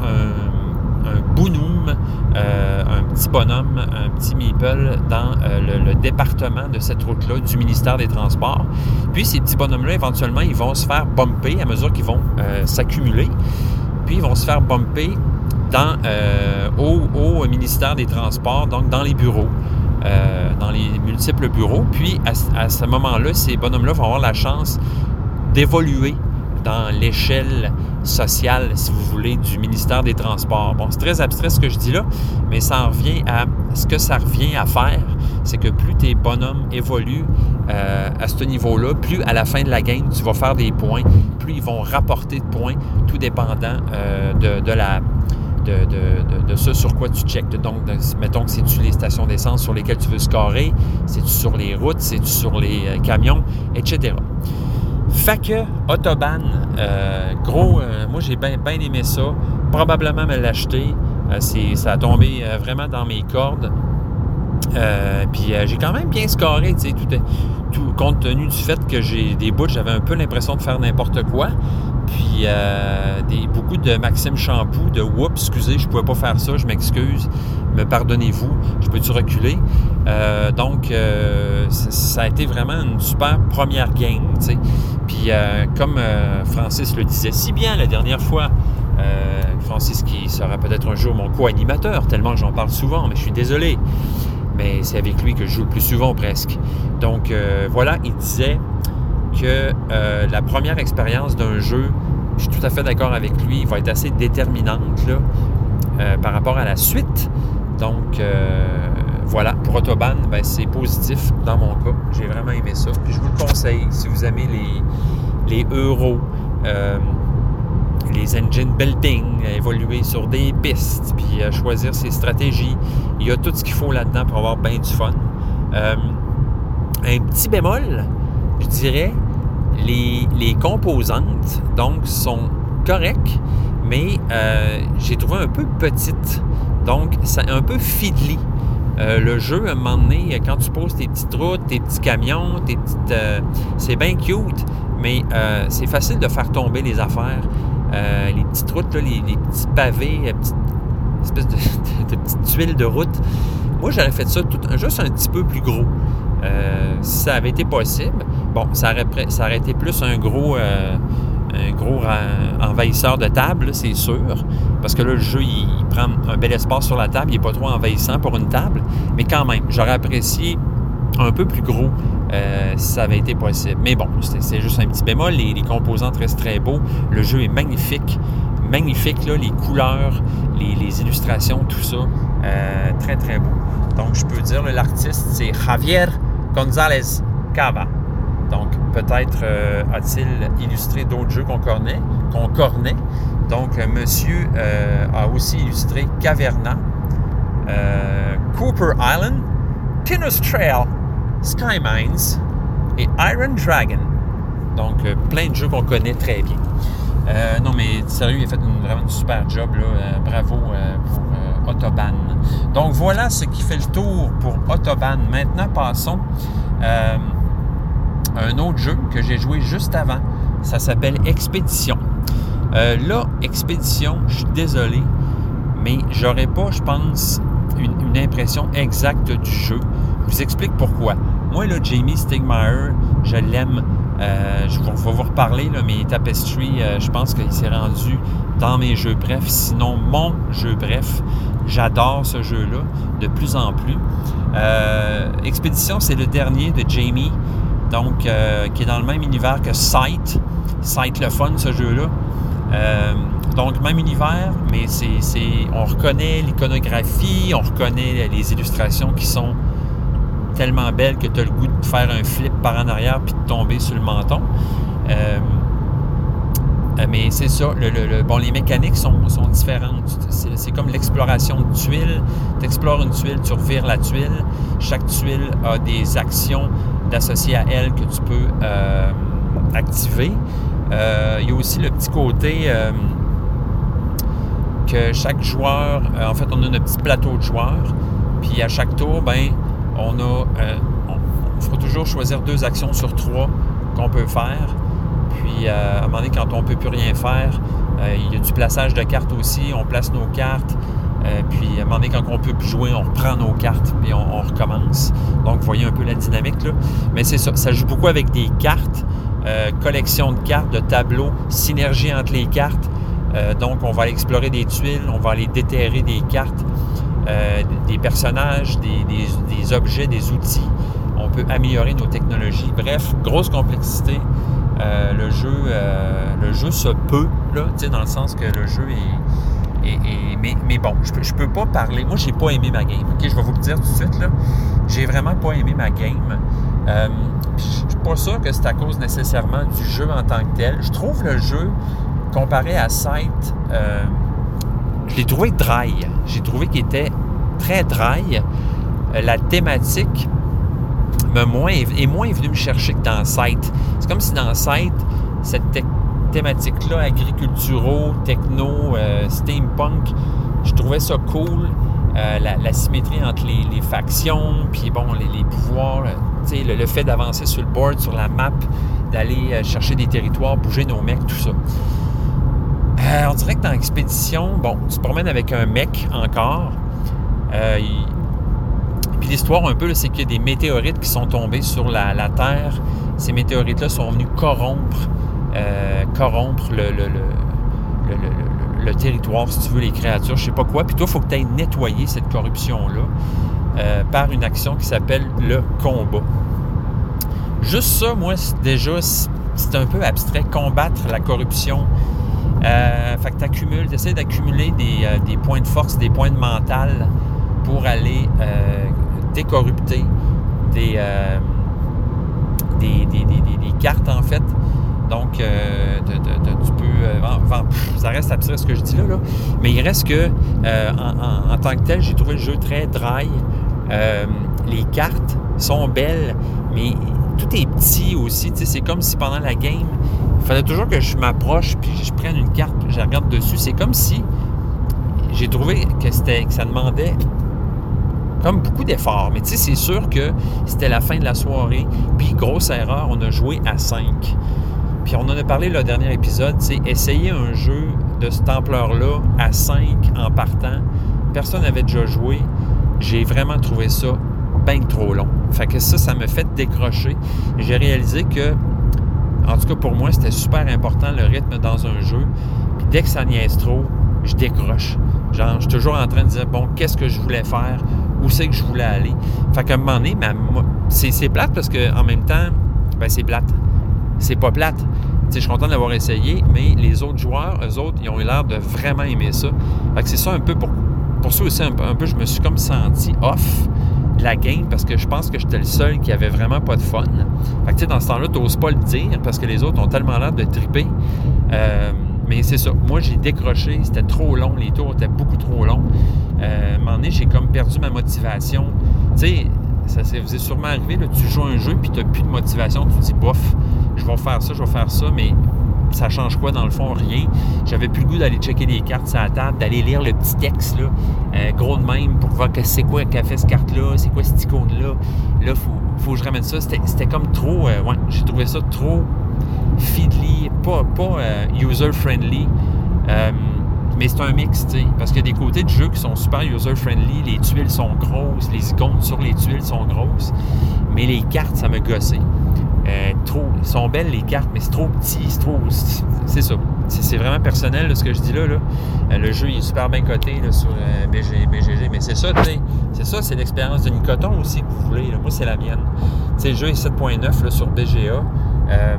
Speaker 5: un, un bonhomme, euh, un petit bonhomme, un petit meeple dans euh, le, le département de cette route-là du ministère des Transports. Puis ces petits bonhommes-là, éventuellement, ils vont se faire bumper à mesure qu'ils vont euh, s'accumuler. Puis ils vont se faire bumper dans, euh, au, au ministère des Transports, donc dans les bureaux. Euh, dans les multiples bureaux. Puis, à, à ce moment-là, ces bonhommes-là vont avoir la chance d'évoluer dans l'échelle sociale, si vous voulez, du ministère des Transports. Bon, c'est très abstrait ce que je dis là, mais ça en revient à... Ce que ça revient à faire, c'est que plus tes bonhommes évoluent euh, à ce niveau-là, plus à la fin de la game, tu vas faire des points, plus ils vont rapporter de points, tout dépendant euh, de, de la... De, de, de, de ce sur quoi tu checkes. Donc, de, mettons que c'est-tu les stations d'essence sur lesquelles tu veux scorer, c'est-tu sur les routes, c'est-tu sur les euh, camions, et cetera. Fait que, Autobahn, euh, gros, euh, moi j'ai bien ben aimé ça, probablement me l'acheter, euh, c'est, ça a tombé euh, vraiment dans mes cordes. Euh, puis euh, j'ai quand même bien scoré, tu sais, tout, tout, compte tenu du fait que j'ai des bouts, j'avais un peu l'impression de faire n'importe quoi. Puis euh, des, beaucoup de Maxime Champoux, de « Oups, excusez, je ne pouvais pas faire ça, je m'excuse, me pardonnez-vous, je peux-tu reculer? Euh, » Donc, euh, ça, ça a été vraiment une super première game, tu sais. Puis euh, comme euh, Francis le disait si bien la dernière fois, euh, Francis qui sera peut-être un jour mon co-animateur, tellement que j'en parle souvent, mais je suis désolé. Mais c'est avec lui que je joue le plus souvent presque. Donc euh, voilà, il disait que euh, la première expérience d'un jeu, je suis tout à fait d'accord avec lui, va être assez déterminante là, euh, par rapport à la suite. Donc euh, voilà, pour Autobahn, ben, c'est positif dans mon cas. J'ai vraiment aimé ça. Puis je vous le conseille, si vous aimez les, les euros, euh, les engine building, évoluer sur des pistes, puis euh, choisir ses stratégies. Il y a tout ce qu'il faut là-dedans pour avoir bien du fun. Euh, un petit bémol, je dirais, les, les composantes, donc, sont correctes, mais euh, j'ai trouvé un peu petites. Donc, c'est un peu fiddly. Euh, le jeu, à un moment donné, quand tu poses tes petites routes, tes petits camions, tes petites... Euh, c'est bien cute, mais euh, c'est facile de faire tomber les affaires. Euh, les petites routes, là, les, les petits pavés, les petites espèces de, de, de petites tuiles de route. Moi, j'aurais fait ça tout, juste un petit peu plus gros. Euh, si ça avait été possible, bon, ça aurait, ça aurait été plus un gros, euh, un gros envahisseur de table, là, c'est sûr. Parce que là, le jeu, il, il prend un bel espace sur la table. Il n'est pas trop envahissant pour une table. Mais quand même, j'aurais apprécié un peu plus gros euh, si ça avait été possible. Mais bon, c'est, c'est juste un petit bémol. Les, les composantes restent très beaux. Le jeu est magnifique. Magnifique, là, les couleurs, les, les illustrations, tout ça. Euh, très, très beau. Donc, je peux dire, là, l'artiste, c'est Javier González Cava. Donc, peut-être euh, a-t-il illustré d'autres jeux qu'on connaît, qu'on cornait. Donc, euh, monsieur euh, a aussi illustré Caverna, euh, Cooper Island, Pinus Trail, Sky Mines et Iron Dragon. Donc, euh, plein de jeux qu'on connaît très bien. Euh, non, mais sérieux, il a fait une, vraiment une super job. Là. Euh, bravo euh, pour euh, Autobahn. Donc, voilà ce qui fait le tour pour Autobahn. Maintenant, passons euh, à un autre jeu que j'ai joué juste avant. Ça s'appelle Expédition. Euh, là, Expédition, je suis désolé, mais j'aurais pas, je pense, une, une impression exacte du jeu. Je vous explique pourquoi. Moi, là, Jamie Stegmaier, je l'aime. Euh, je vais vous reparler, là, mais Tapestry, euh, je pense qu'il s'est rendu dans mes jeux bref. Sinon, mon jeu bref. J'adore ce jeu-là de plus en plus. Euh, Expédition, c'est le dernier de Jamie, donc euh, qui est dans le même univers que Sight. Sight le fun, ce jeu-là. Euh, donc, même univers, mais c'est, c'est, on reconnaît l'iconographie, on reconnaît les illustrations qui sont tellement belles que tu as le goût de faire un flip par en arrière puis de tomber sur le menton. Euh, mais c'est ça. Le, le, le, bon, les mécaniques sont, sont différentes. C'est, c'est comme l'exploration de tuiles. Tu explores une tuile, tu revires la tuile. Chaque tuile a des actions associées à elle que tu peux euh, activer. Euh, il y a aussi le petit côté euh, que chaque joueur, euh, en fait, on a notre petit plateau de joueurs, puis à chaque tour, ben, on a, euh, on, on fera toujours choisir deux actions sur trois qu'on peut faire. Puis, euh, à un moment donné, quand on ne peut plus rien faire, euh, il y a du plaçage de cartes aussi. On place nos cartes. Euh, puis, à un moment donné, quand on ne peut plus jouer, on reprend nos cartes puis on, on recommence. Donc, vous voyez un peu la dynamique, là. Mais c'est ça. Ça joue beaucoup avec des cartes. Euh, collection de cartes, de tableaux, synergie entre les cartes. Euh, donc, on va aller explorer des tuiles, on va aller déterrer des cartes, euh, des personnages, des, des, des objets, des outils. On peut améliorer nos technologies. Bref, grosse complexité. Euh, le jeu euh, le jeu se peut, là, dans le sens que le jeu est... est, est mais, mais bon, je peux, je peux pas parler. Moi, j'ai pas aimé ma game. Okay, je vais vous le dire tout de suite, là. J'ai vraiment pas aimé ma game. Euh, je suis pas sûr que c'est à cause nécessairement du jeu en tant que tel. Je trouve le jeu, comparé à Sight, euh, je l'ai trouvé dry. J'ai trouvé qu'il était très dry. Euh, la thématique me moins, est moins venue me chercher que dans Sight. C'est comme si dans Sight, cette te- thématique-là, agriculturaux, techno, euh, steampunk, je trouvais ça cool. Euh, la, la symétrie entre les, les factions, puis bon, les, les pouvoirs, tu sais, le, le fait d'avancer sur le board, sur la map, d'aller euh, chercher des territoires, bouger nos mecs, tout ça. Euh, on dirait que dans Expédition, bon, tu te promènes avec un mec encore. Euh, il... Puis l'histoire un peu, là, c'est qu'il y a des météorites qui sont tombés sur la, la Terre. Ces météorites-là sont venus corrompre, euh, corrompre le, le, le, le, le, le territoire, si tu veux, les créatures, je sais pas quoi. Puis toi, il faut que tu ailles nettoyer cette corruption-là euh, par une action qui s'appelle le combat. Juste ça, moi, c'est déjà, c'est un peu abstrait. Combattre la corruption. Euh, fait que tu accumules, tu essaies d'accumuler des, euh, des points de force, des points de mental pour aller euh, décorrupter des, euh, des, des, des, des, des cartes, en fait. Donc, euh, de, de, de, tu peux... Euh, en, en, pff, ça reste abstrait ce que je dis là, là. Mais il reste que, euh, en, en, en tant que tel, j'ai trouvé le jeu très dry. Euh, les cartes sont belles, mais tout est petit aussi. Tu sais, c'est comme si pendant la game, il fallait toujours que je m'approche puis je prenne une carte, je la regarde dessus. C'est comme si j'ai trouvé que, c'était, que ça demandait comme beaucoup d'efforts. Mais tu sais, c'est sûr que c'était la fin de la soirée. Puis, grosse erreur, on a joué à cinq. Puis on en a parlé le dernier épisode, c'est essayer un jeu de cette ampleur-là à cinq en partant. Personne n'avait déjà joué. J'ai vraiment trouvé ça bien trop long. Fait que ça, ça m'a fait décrocher. J'ai réalisé que, en tout cas pour moi, c'était super important le rythme dans un jeu. Puis dès que ça niaise trop, je décroche. Genre, je suis toujours en train de dire, bon, qu'est-ce que je voulais faire? Où c'est que je voulais aller? Fait qu'à un moment donné, ma, c'est, c'est plate parce qu'en même temps, ben c'est plate. C'est pas plate. T'sais, je suis content d'avoir essayé, mais les autres joueurs, eux autres, ils ont eu l'air de vraiment aimer ça. Fait que c'est ça un peu pour, pour ça aussi, un peu, un peu, je me suis comme senti off de la game parce que je pense que j'étais le seul qui avait vraiment pas de fun. Fait que tu sais, dans ce temps-là, t'oses pas le dire parce que les autres ont tellement l'air de triper. Euh, mais c'est ça. Moi, j'ai décroché. C'était trop long. Les tours étaient beaucoup trop longs. Euh, à un moment donné, j'ai comme perdu ma motivation. Tu sais, ça s'est vous est sûrement arrivé, là, tu joues un jeu puis tu n'as plus de motivation, tu te dis bof, je vais faire ça, je vais faire ça, mais ça change quoi dans le fond? Rien. J'avais plus le goût d'aller checker les cartes sur la table, d'aller lire le petit texte là, euh, gros de même pour voir que c'est quoi qu'a fait cette carte-là, c'est quoi cette icône-là. Là, il faut, faut que je ramène ça. C'était, c'était comme trop, euh, ouais, j'ai trouvé ça trop fiddly, pas, pas euh, user-friendly. Euh, mais c'est un mix, tu sais, parce qu'il y a des côtés de jeu qui sont super user-friendly, les tuiles sont grosses, les icônes sur les tuiles sont grosses, mais les cartes, ça me gossait. Euh, trop, ils sont belles les cartes, mais c'est trop petit, c'est trop... C'est, c'est ça. C'est, c'est vraiment personnel là, ce que je dis là. là. Euh, le jeu il est super bien coté là, sur euh, B G, B G G, mais c'est ça, tu sais. C'est ça, c'est l'expérience de Nicoton aussi que vous voulez. Là. Moi, c'est la mienne. Tu sais, le jeu est sept point neuf là, sur B G A. Euh,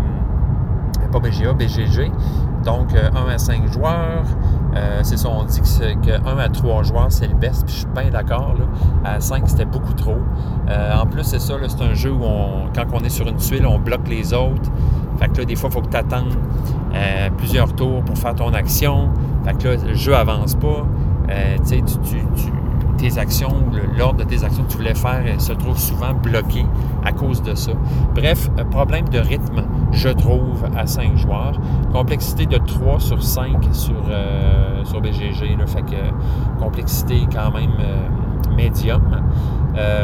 Speaker 5: pas B G A, B G G. Donc, euh, un à cinq joueurs. Euh, c'est ça, on dit que, que un à trois joueurs, c'est le best. Puis je suis bien d'accord. Là. À cinq, c'était beaucoup trop. Euh, en plus, c'est ça, là, c'est un jeu où, on, quand on est sur une tuile, on bloque les autres. Fait que là, des fois, il faut que tu attendes euh, plusieurs tours pour faire ton action. Fait que là, le jeu avance pas. Euh, tu sais, tu, tu, tu, tes actions, l'ordre de tes actions que tu voulais faire se trouve souvent bloqué à cause de ça. Bref, problème de rythme, je trouve, à cinq joueurs. Complexité de trois sur cinq sur, euh, sur B G G. Là, fait que complexité quand même euh, médium. Euh,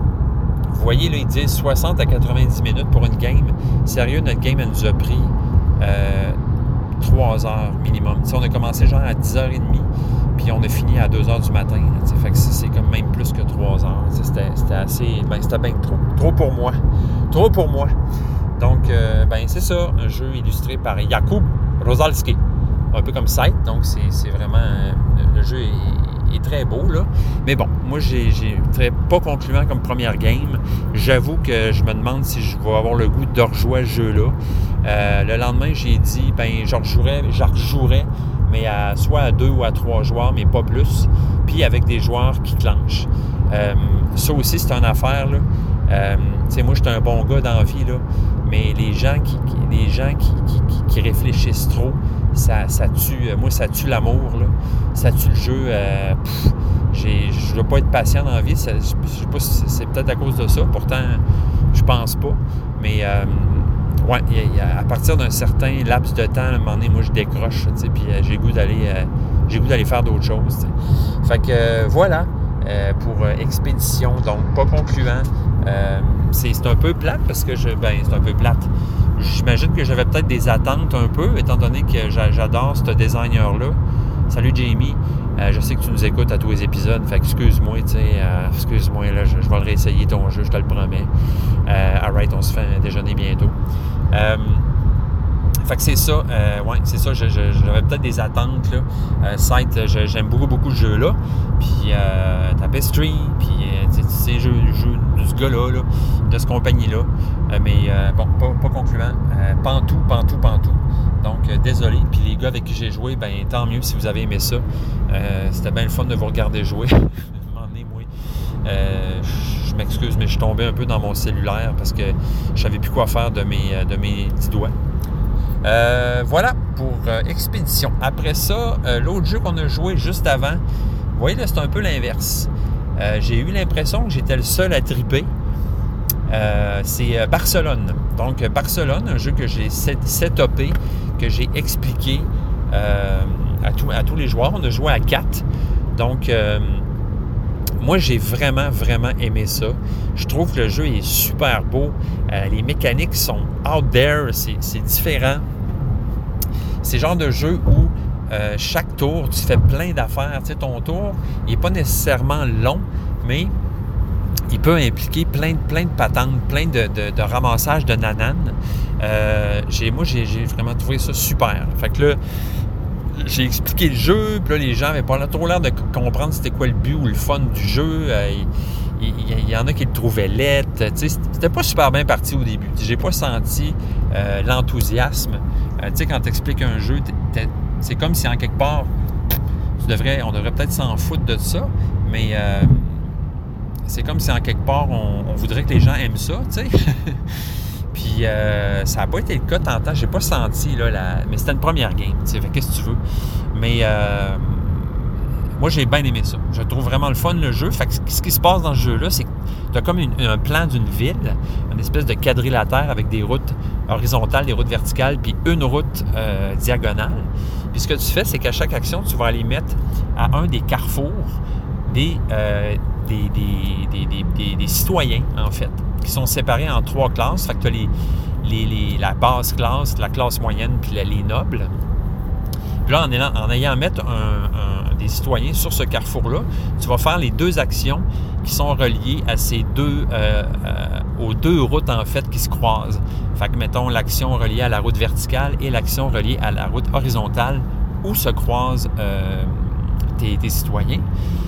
Speaker 5: vous voyez, là, ils disent soixante à quatre-vingt-dix minutes pour une game. Sérieux, notre game, elle nous a pris euh, trois heures minimum. T'sais, on a commencé genre à dix heures trente, puis on a fini à deux heures du matin. Là, fait que c'est, c'est comme même plus que trois heures. C'était, c'était assez... Ben, c'était bien trop. Trop pour moi. Trop pour moi. Donc, euh, ben c'est ça. Un jeu illustré par Jakub Rosalski. Un peu comme Scythe. Donc, c'est, c'est vraiment... Euh, le jeu est, est très beau, là. Mais bon, moi, j'ai, j'ai très pas concluant comme première game. J'avoue que je me demande si je vais avoir le goût de rejouer à ce jeu-là. Euh, le lendemain, j'ai dit, ben je rejouerais, je rejouerais, mais à, soit à deux ou à trois joueurs, mais pas plus. Puis avec des joueurs qui clenchent. Euh, ça aussi, c'est une affaire, là. Euh, tu sais, moi, j'étais un bon gars dans la vie, là. Mais les gens qui, qui, les gens qui, qui, qui, qui réfléchissent trop, ça, ça tue, moi, ça tue l'amour, là. Ça tue le jeu. Euh, pff, j'ai, je ne veux pas être patient dans la vie. Ça, je ne sais pas si c'est peut-être à cause de ça. Pourtant, je pense pas. Mais, euh, ouais, y a, à partir d'un certain laps de temps, à un moment donné, moi, je décroche, tu sais, puis euh, j'ai le goût d'aller, euh, j'ai le goût d'aller faire d'autres choses, tu sais. Fait que, euh, voilà, euh, pour euh, Expédition, donc pas concluant. Euh, c'est, c'est un peu plate parce que, je, ben, c'est un peu plate. J'imagine que j'avais peut-être des attentes un peu, étant donné que j'adore ce designer-là. Salut Jamie, euh, je sais que tu nous écoutes à tous les épisodes, fait excuse-moi, tu sais, euh, excuse-moi, là, je, je vais le réessayer ton jeu, je te le promets. Euh, alright, on se fait un déjeuner bientôt. Euh, fait que c'est ça, euh, ouais, c'est ça, je, je, j'avais peut-être des attentes, là. Euh, Scythe, je, j'aime beaucoup, beaucoup ce jeu-là. Puis euh, Tapestry, puis euh, tu sais, jeu, jeu de ce gars-là, là, de ce compagnie-là. Euh, mais euh, bon, pas, pas concluant. Euh, Pantou, Pantou, Pantou. Donc, euh, désolé. Puis les gars avec qui j'ai joué, ben tant mieux si vous avez aimé ça. Euh, c'était bien le fun de vous regarder jouer. moi. Euh, je m'excuse, mais je suis tombé un peu dans mon cellulaire parce que je savais plus quoi faire de mes, de mes petits doigts. Euh, voilà pour euh, Expédition. Après ça, euh, l'autre jeu qu'on a joué juste avant, vous voyez là, c'est un peu l'inverse. Euh, j'ai eu l'impression que j'étais le seul à triper. Euh, c'est euh, Barcelone. Donc, Barcelone, un jeu que j'ai set- setupé, que j'ai expliqué euh, à, tout, à tous les joueurs. On a joué à quatre. Donc, euh, moi, j'ai vraiment, vraiment aimé ça. Je trouve que le jeu est super beau. Euh, les mécaniques sont out there. C'est, c'est différent. C'est le genre de jeu où euh, chaque tour, tu fais plein d'affaires. Tu sais, ton tour, il n'est pas nécessairement long, mais il peut impliquer plein, plein de patentes, plein de, de, de ramassage de nananes. Euh, j'ai, moi, j'ai, j'ai vraiment trouvé ça super. Fait que là, j'ai expliqué le jeu, puis là, les gens n'avaient pas trop l'air de comprendre c'était quoi le but ou le fun du jeu. Euh, il, il, il y en a qui le trouvaient laid. C'était pas super bien parti au début. J'ai pas senti euh, l'enthousiasme. Euh, tu sais, quand tu expliques un jeu, t'es, t'es, c'est comme si en quelque part, tu devrais, on devrait peut-être s'en foutre de ça, mais euh, c'est comme si en quelque part, on, on voudrait que les gens aiment ça, tu sais. Puis euh, ça n'a pas été le cas tantôt. J'ai pas senti, là, la... mais c'était une première game, tu sais, fait qu'est-ce que tu veux. Mais euh, Moi, j'ai bien aimé ça. Je trouve vraiment le fun, le jeu. Fait que ce qui se passe dans ce jeu-là, c'est que tu as comme une, un plan d'une ville, une espèce de quadrilatère avec des routes horizontales, des routes verticales, puis une route euh, diagonale. Puis ce que tu fais, c'est qu'à chaque action, tu vas aller mettre à un des carrefours des, euh, des, des, des, des, des, des citoyens, en fait, qui sont séparés en trois classes. Fait que tu as les, les, les, la basse classe, la classe moyenne, puis les nobles. Puis là, en ayant, en ayant à mettre un, un, des citoyens sur ce carrefour-là, tu vas faire les deux actions qui sont reliées à ces deux, euh, euh, aux deux routes, en fait, qui se croisent. Fait que, mettons, l'action reliée à la route verticale et l'action reliée à la route horizontale où se croisent euh, tes, tes citoyens.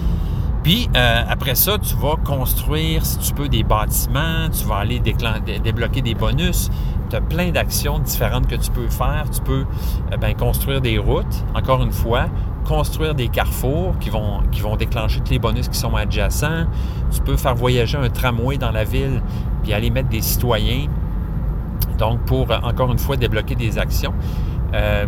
Speaker 5: Puis, euh, après ça, tu vas construire, si tu peux, des bâtiments, tu vas aller déclen- dé- débloquer des bonus. Tu as plein d'actions différentes que tu peux faire. Tu peux euh, ben, construire des routes, encore une fois, construire des carrefours qui vont, qui vont déclencher tous les bonus qui sont adjacents. Tu peux faire voyager un tramway dans la ville, puis aller mettre des citoyens, donc pour, euh, encore une fois, débloquer des actions. Euh,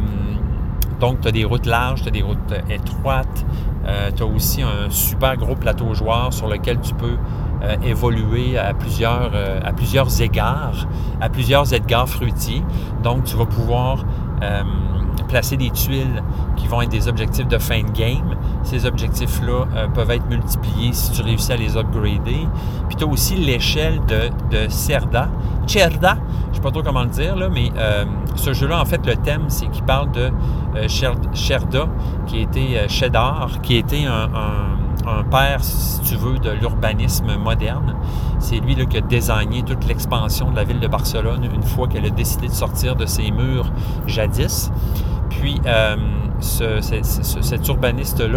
Speaker 5: donc, tu as des routes larges, tu as des routes euh, étroites. Euh, tu as aussi un super gros plateau joueur sur lequel tu peux euh, évoluer à plusieurs, euh, à plusieurs égards, à plusieurs égards fruitiers. Donc, tu vas pouvoir euh, placer des tuiles qui vont être des objectifs de fin de game. Ces objectifs-là euh, peuvent être multipliés si tu réussis à les upgrader. Puis, tu as aussi l'échelle de, de Cerda. Cerda, je ne sais pas trop comment le dire, là, mais euh, ce jeu-là, en fait, le thème, c'est qu'il parle de euh, Cerda, qui était euh, Cheddar, qui était un, un, un père, si tu veux, de l'urbanisme moderne. C'est lui là, qui a désigné toute l'expansion de la ville de Barcelone une fois qu'elle a décidé de sortir de ses murs jadis. Puis, euh, ce, ce, ce, cet urbaniste-là,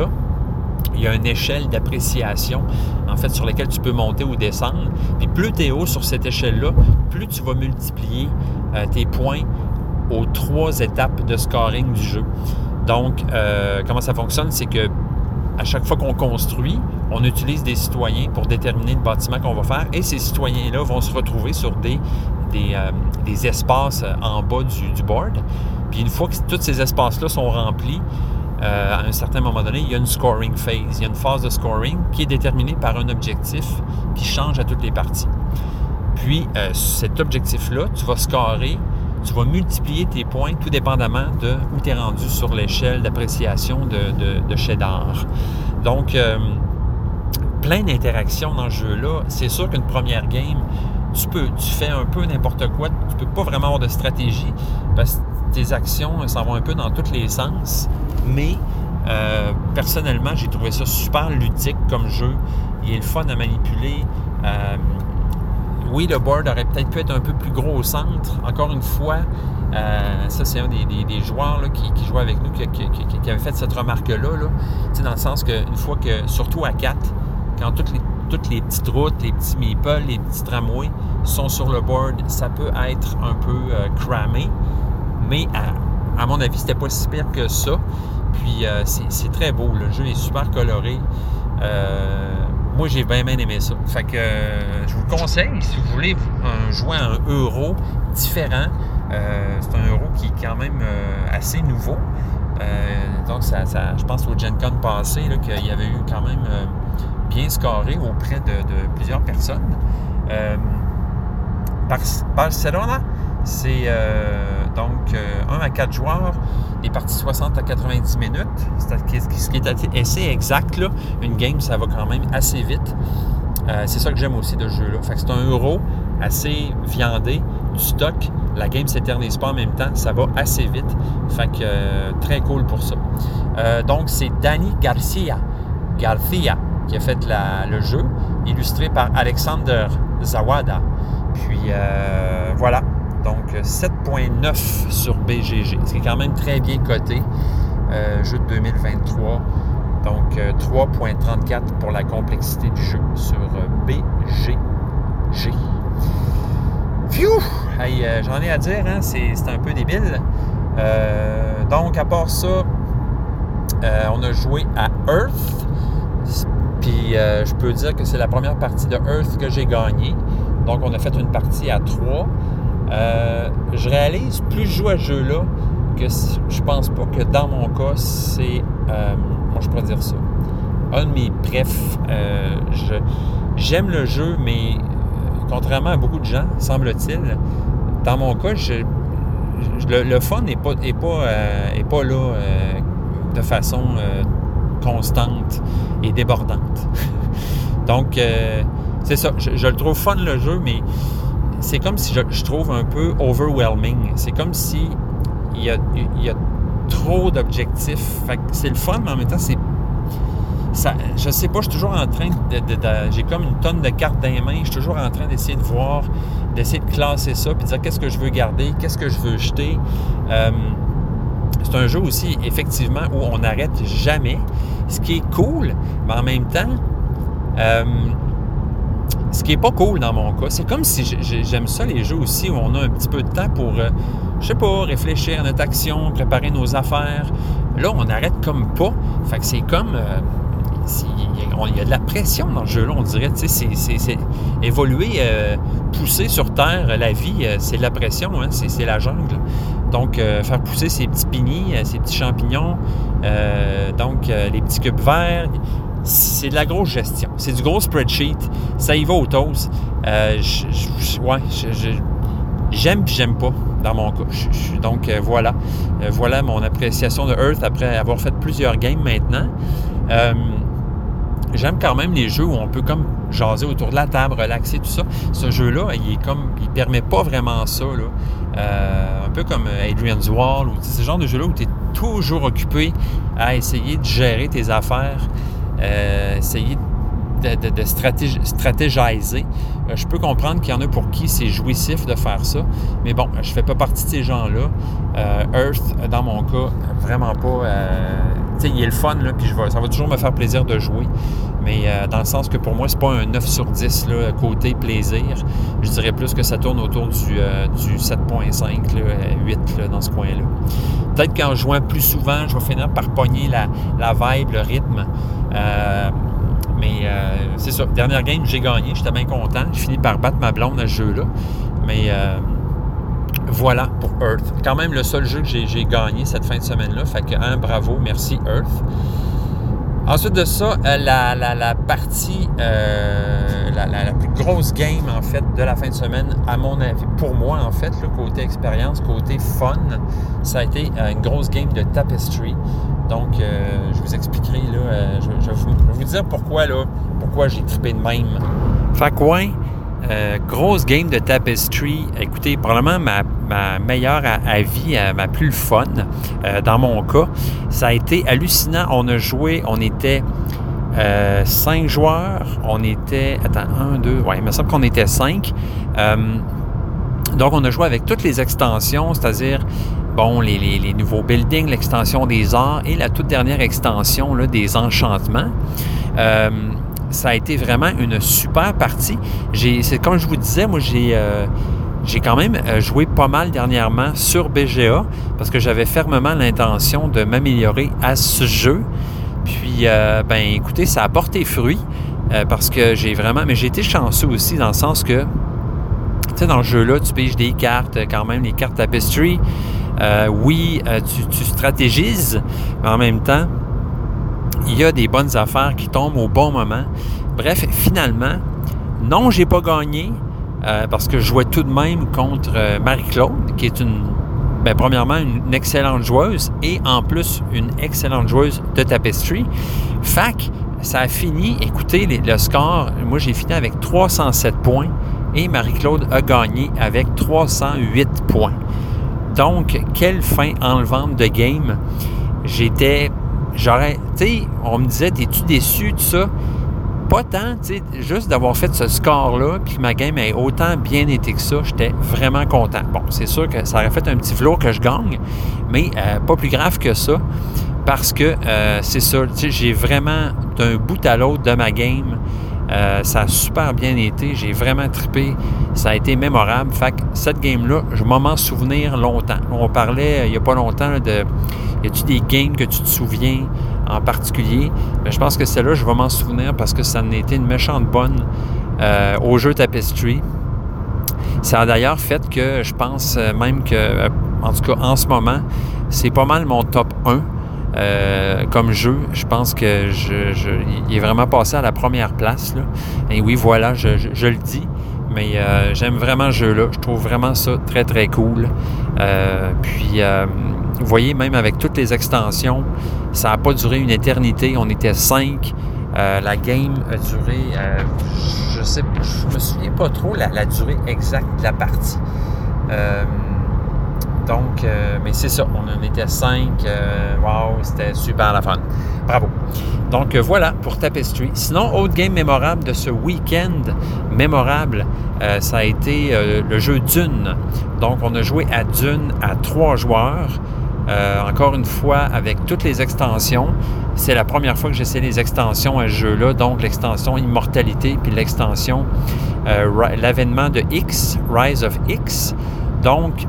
Speaker 5: il y a une échelle d'appréciation, en fait, sur laquelle tu peux monter ou descendre. Puis plus tu es haut sur cette échelle-là, plus tu vas multiplier euh, tes points aux trois étapes de scoring du jeu. Donc, euh, comment ça fonctionne? C'est que à chaque fois qu'on construit, on utilise des citoyens pour déterminer le bâtiment qu'on va faire et ces citoyens-là vont se retrouver sur des, des, euh, des espaces en bas du, du board. Puis une fois que tous ces espaces-là sont remplis, Euh, à un certain moment donné, il y a une scoring phase. Il y a une phase de scoring qui est déterminée par un objectif qui change à toutes les parties. Puis, euh, cet objectif-là, tu vas scorer, tu vas multiplier tes points tout dépendamment de où tu es rendu sur l'échelle d'appréciation de, de, de Cheddar. Donc, euh, plein d'interactions dans ce jeu-là. C'est sûr qu'une première game, tu peux, tu fais un peu n'importe quoi. Tu peux pas vraiment avoir de stratégie parce que tes actions s'en vont un peu dans tous les sens. Mais euh, personnellement, j'ai trouvé ça super ludique comme jeu. Il est le fun à manipuler. Euh, oui, le board aurait peut-être pu être un peu plus gros au centre. Encore une fois, euh, ça c'est un des, des, des joueurs là, qui, qui jouait avec nous qui, qui, qui, qui avait fait cette remarque-là. Là. Dans le sens qu'une fois que, surtout à quatre, quand toutes les, toutes les petites routes, les petits meeples, les petits tramways sont sur le board, ça peut être un peu euh, cramé. Mais à, à mon avis, c'était pas si pire que ça. Puis euh, c'est, c'est très beau. Le jeu est super coloré. Euh, moi, j'ai bien, bien aimé ça. Fait que euh, je vous le conseille. Si vous voulez un, jouer à un euro différent, euh, c'est un euro qui est quand même euh, assez nouveau. Euh, donc, ça, ça, je pense au Gen Con passé, là, qu'il y avait eu quand même euh, bien scoré auprès de, de plusieurs personnes. Euh, Bar- Barcelona, c'est euh, donc euh, un à quatre joueurs, des parties soixante à quatre-vingt-dix minutes, ce qui est assez exact, là. Une game, ça va quand même assez vite. Euh, c'est ça que j'aime aussi de ce jeu-là. Fait que c'est un euro assez viandé, du stock. La game ne s'éternise pas en même temps, ça va assez vite. Fait que euh, très cool pour ça. Euh, donc, c'est Dani Garcia, Garcia qui a fait la, le jeu, illustré par Alexander Zawada. Puis euh, voilà. Donc, sept virgule neuf sur B G G, ce qui est quand même très bien coté. Euh, jeu de deux mille vingt-trois. Donc, euh, trois virgule trente-quatre pour la complexité du jeu sur euh, B G G. Phew! Hey, euh, j'en ai à dire, hein? c'est, c'est un peu débile. Euh, donc, à part ça, euh, on a joué à Earth. Puis, euh, je peux dire que c'est la première partie de Earth que j'ai gagnée. Donc, on a fait une partie à trois. Euh, je réalise, plus je joue à ce jeu-là, que je pense pas que dans mon cas, c'est... Euh, comment je pourrais dire ça? un de mes préfs. Euh, je, j'aime le jeu, mais euh, contrairement à beaucoup de gens, semble-t-il, dans mon cas, je, je, le, le fun n'est pas, est pas, euh, est pas là euh, de façon euh, constante et débordante. Donc, euh, c'est ça. Je, je le trouve fun, le jeu, mais c'est comme si je, je trouve un peu overwhelming. C'est comme si il y a, il y a trop d'objectifs. Fait que c'est le fun, mais en même temps, c'est... Ça, je sais pas, je suis toujours en train de, de, de... J'ai comme une tonne de cartes dans les mains. Je suis toujours en train d'essayer de voir, d'essayer de classer ça, puis de dire qu'est-ce que je veux garder, qu'est-ce que je veux jeter. Euh, c'est un jeu aussi, effectivement, où on n'arrête jamais. Ce qui est cool, mais en même temps... Euh, ce qui n'est pas cool dans mon cas, c'est comme si j'aime ça les jeux aussi où on a un petit peu de temps pour, euh, je sais pas, réfléchir à notre action, préparer nos affaires. Là, on n'arrête comme pas. Fait que c'est comme... Euh, il y a de la pression dans le jeu-là, on dirait. Tu sais, c'est, c'est, c'est évoluer, euh, pousser sur Terre, la vie, euh, c'est de la pression, hein, c'est, c'est la jungle. Donc, euh, faire pousser ces petits pinis, euh, ces petits champignons, euh, donc euh, les petits cubes verts... C'est de la grosse gestion. C'est du gros spreadsheet. Ça y va au toast. Euh, je, je, ouais, je, je, j'aime puis j'aime pas, dans mon cas. Je, je, donc, euh, voilà. Euh, voilà mon appréciation de Earth après avoir fait plusieurs games maintenant. Euh, j'aime quand même les jeux où on peut comme jaser autour de la table, relaxer, tout ça. Ce jeu-là, il est comme... Il permet pas vraiment ça, là. Euh, un peu comme Adrian's Wall, ou ce genre de jeu-là où tu es toujours occupé à essayer de gérer tes affaires. Euh, essayer de, de, de stratégi- stratégiser. Euh, je peux comprendre qu'il y en a pour qui c'est jouissif de faire ça, mais bon, je fais pas partie de ces gens-là. Euh, Earth, dans mon cas, vraiment pas... Euh, tu sais, il est le fun, là, puis je vais, ça va toujours me faire plaisir de jouer, mais euh, dans le sens que pour moi, c'est pas un neuf sur dix, là, côté plaisir. Je dirais plus que ça tourne autour du, euh, du sept virgule cinq, là, huit, là, dans ce coin-là. Peut-être qu'en jouant plus souvent, je vais finir par pogner la, la vibe, le rythme. Euh, mais euh, c'est ça. Dernière game, j'ai gagné. J'étais bien content. J'ai fini par battre ma blonde à ce jeu-là. Mais euh, voilà pour Earth. Quand même le seul jeu que j'ai, j'ai gagné cette fin de semaine-là. Fait que, hein, bravo, merci Earth. Ensuite de ça, la, la, la partie, euh, la, la, la plus grosse game, en fait, de la fin de semaine, à mon avis, pour moi, en fait, le côté expérience, côté fun, ça a été euh, une grosse game de Tapestry. Donc, euh, je vous expliquerai, là, euh, je, je, vais vous, je vais vous dire pourquoi, là, pourquoi j'ai trippé de même. Fait que, ouais, euh, grosse game de Tapestry. Écoutez, probablement ma, ma meilleure à, à vie, à, ma plus fun, euh, dans mon cas. Ça a été hallucinant. On a joué, on était euh, cinq joueurs. On était, attends, un, deux, ouais, il me semble qu'on était cinq. Euh, donc, on a joué avec toutes les extensions, c'est-à-dire... Bon, les, les, les nouveaux buildings, l'extension des arts et la toute dernière extension là, des enchantements. Euh, ça a été vraiment une super partie. J'ai, c'est comme je vous disais, moi j'ai, euh, j'ai quand même joué pas mal dernièrement sur B G A parce que j'avais fermement l'intention de m'améliorer à ce jeu. Puis, euh, ben écoutez, ça a porté fruit euh, parce que j'ai vraiment... Mais j'ai été chanceux aussi dans le sens que, tu sais, dans le jeu-là, tu piges des cartes, quand même, les cartes Tapestry. Euh, oui, euh, tu, tu stratégises, mais en même temps, il y a des bonnes affaires qui tombent au bon moment. Bref, finalement, non, j'ai pas gagné euh, parce que je jouais tout de même contre euh, Marie-Claude, qui est une, ben, premièrement, une excellente joueuse et en plus, une excellente joueuse de Tapestry. Fac, ça a fini, écoutez, les, le score, moi j'ai fini avec trois cent sept points et Marie-Claude a gagné avec trois cent huit points. Donc, quelle fin enlevante de game. J'étais, j'aurais, tu sais, on me disait, t'es-tu déçu de ça? Pas tant, tu sais, juste d'avoir fait ce score-là, puis que ma game ait autant bien été que ça, j'étais vraiment content. Bon, c'est sûr que ça aurait fait un petit velours que je gagne, mais euh, pas plus grave que ça, parce que euh, c'est ça, tu sais, j'ai vraiment, d'un bout à l'autre de ma game, Euh, ça a super bien été. J'ai vraiment trippé. Ça a été mémorable. Fait que cette game-là, je vais m'en souvenir longtemps. On parlait il n'y a pas longtemps là, de... Y a-tu des games que tu te souviens en particulier? Mais je pense que celle-là, je vais m'en souvenir parce que ça en a été une méchante bonne euh, au jeu Tapestry. Ça a d'ailleurs fait que je pense même que, en tout cas en ce moment, c'est pas mal mon top un euh, comme jeu. Je pense que je, je, il est vraiment passé à la première place, là. Et oui, voilà, je, je, je le dis. Mais euh, j'aime vraiment ce jeu-là. Je trouve vraiment ça très, très cool. Euh, puis, euh, vous voyez, même avec toutes les extensions, ça n'a pas duré une éternité. On était cinq. Euh, la game a duré, euh, je sais, je me souviens pas trop la, la durée exacte de la partie. Euh, donc, euh, mais c'est ça, on en était cinq. Euh, wow, c'était super la fun. Bravo. Donc euh, voilà pour Tapestry. Sinon, autre game mémorable de ce week-end mémorable, euh, ça a été euh, le jeu Dune. Donc, on a joué à Dune à trois joueurs. Euh, encore une fois, avec toutes les extensions. C'est la première fois que j'essaie les extensions à ce jeu-là, donc l'extension Immortalité, puis l'extension euh, l'avènement de X, Rise of X. Donc,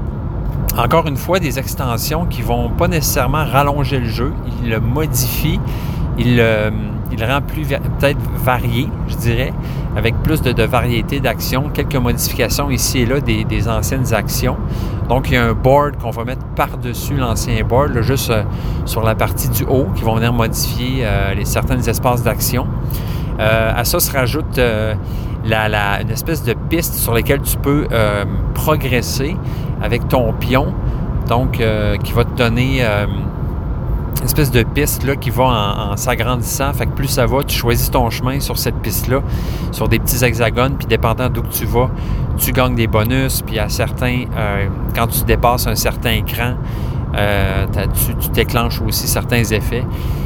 Speaker 5: encore une fois, des extensions qui ne vont pas nécessairement rallonger le jeu, ils le modifient, ils le, ils le rendent plus peut-être varié, je dirais, avec plus de, de variété d'actions, quelques modifications ici et là des, des anciennes actions. Donc, il y a un board qu'on va mettre par-dessus l'ancien board, là, juste euh, sur la partie du haut, qui vont venir modifier euh, les, certains espaces d'action. Euh, à ça se rajoute euh, la, la, une espèce de piste sur laquelle tu peux euh, progresser avec ton pion, donc euh, qui va te donner euh, une espèce de piste là, qui va en, en s'agrandissant. Fait que plus ça va, tu choisis ton chemin sur cette piste-là, sur des petits hexagones, puis dépendant d'où tu vas, tu gagnes des bonus, puis à certains, euh, quand tu dépasses un certain écran, euh, tu, tu déclenches aussi certains effets.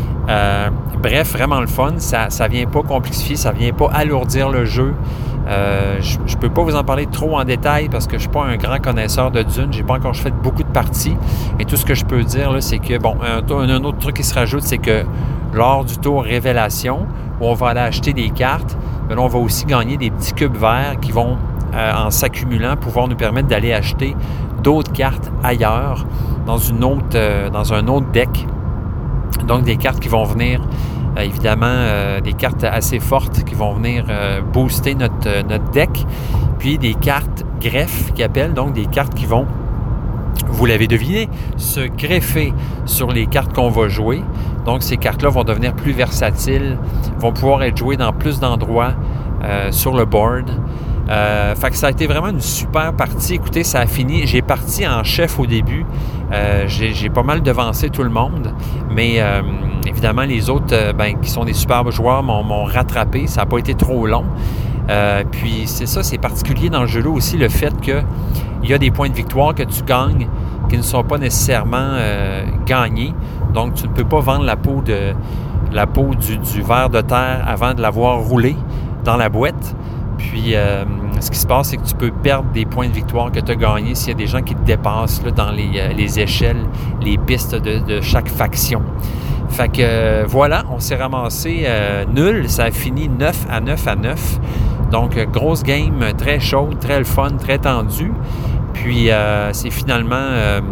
Speaker 5: Euh, bref, vraiment le fun. Ça ne vient pas complexifier, ça ne vient pas alourdir le jeu. Euh, je ne peux pas vous en parler trop en détail parce que je ne suis pas un grand connaisseur de Dune. Je n'ai pas encore fait beaucoup de parties. Et tout ce que je peux dire, là, c'est que, bon, un, un autre truc qui se rajoute, c'est que lors du tour Révélation, où on va aller acheter des cartes, bien là, on va aussi gagner des petits cubes verts qui vont, euh, en s'accumulant, pouvoir nous permettre d'aller acheter d'autres cartes ailleurs, dans, une autre, euh, dans un autre deck. Donc, des cartes qui vont venir, euh, évidemment, euh, des cartes assez fortes qui vont venir euh, booster notre, euh, notre deck. Puis, des cartes greffes qui appellent, donc des cartes qui vont, vous l'avez deviné, se greffer sur les cartes qu'on va jouer. Donc, ces cartes-là vont devenir plus versatiles, vont pouvoir être jouées dans plus d'endroits euh, sur le board. Euh, fait que ça a été vraiment une super partie. Écoutez, ça a fini. J'ai parti en chef au début. Euh, j'ai, j'ai pas mal devancé tout le monde. Mais euh, évidemment, les autres, euh, ben, qui sont des superbes joueurs, m'ont, m'ont rattrapé. Ça n'a pas été trop long. Euh, puis c'est ça, c'est particulier dans le jeu-là aussi, le fait qu'il y a des points de victoire que tu gagnes qui ne sont pas nécessairement euh, gagnés. Donc, tu ne peux pas vendre la peau, de, la peau du, du ver de terre avant de l'avoir roulé dans la boîte. Puis, euh, ce qui se passe, c'est que tu peux perdre des points de victoire que tu as gagnés s'il y a des gens qui te dépassent là, dans les, euh, les échelles, les pistes de, de chaque faction. Fait que, euh, voilà, on s'est ramassé euh, nul. Ça a fini neuf à neuf à neuf. Donc, euh, grosse game, très chaude, très le fun, très tendue. Puis, euh, c'est finalement euh,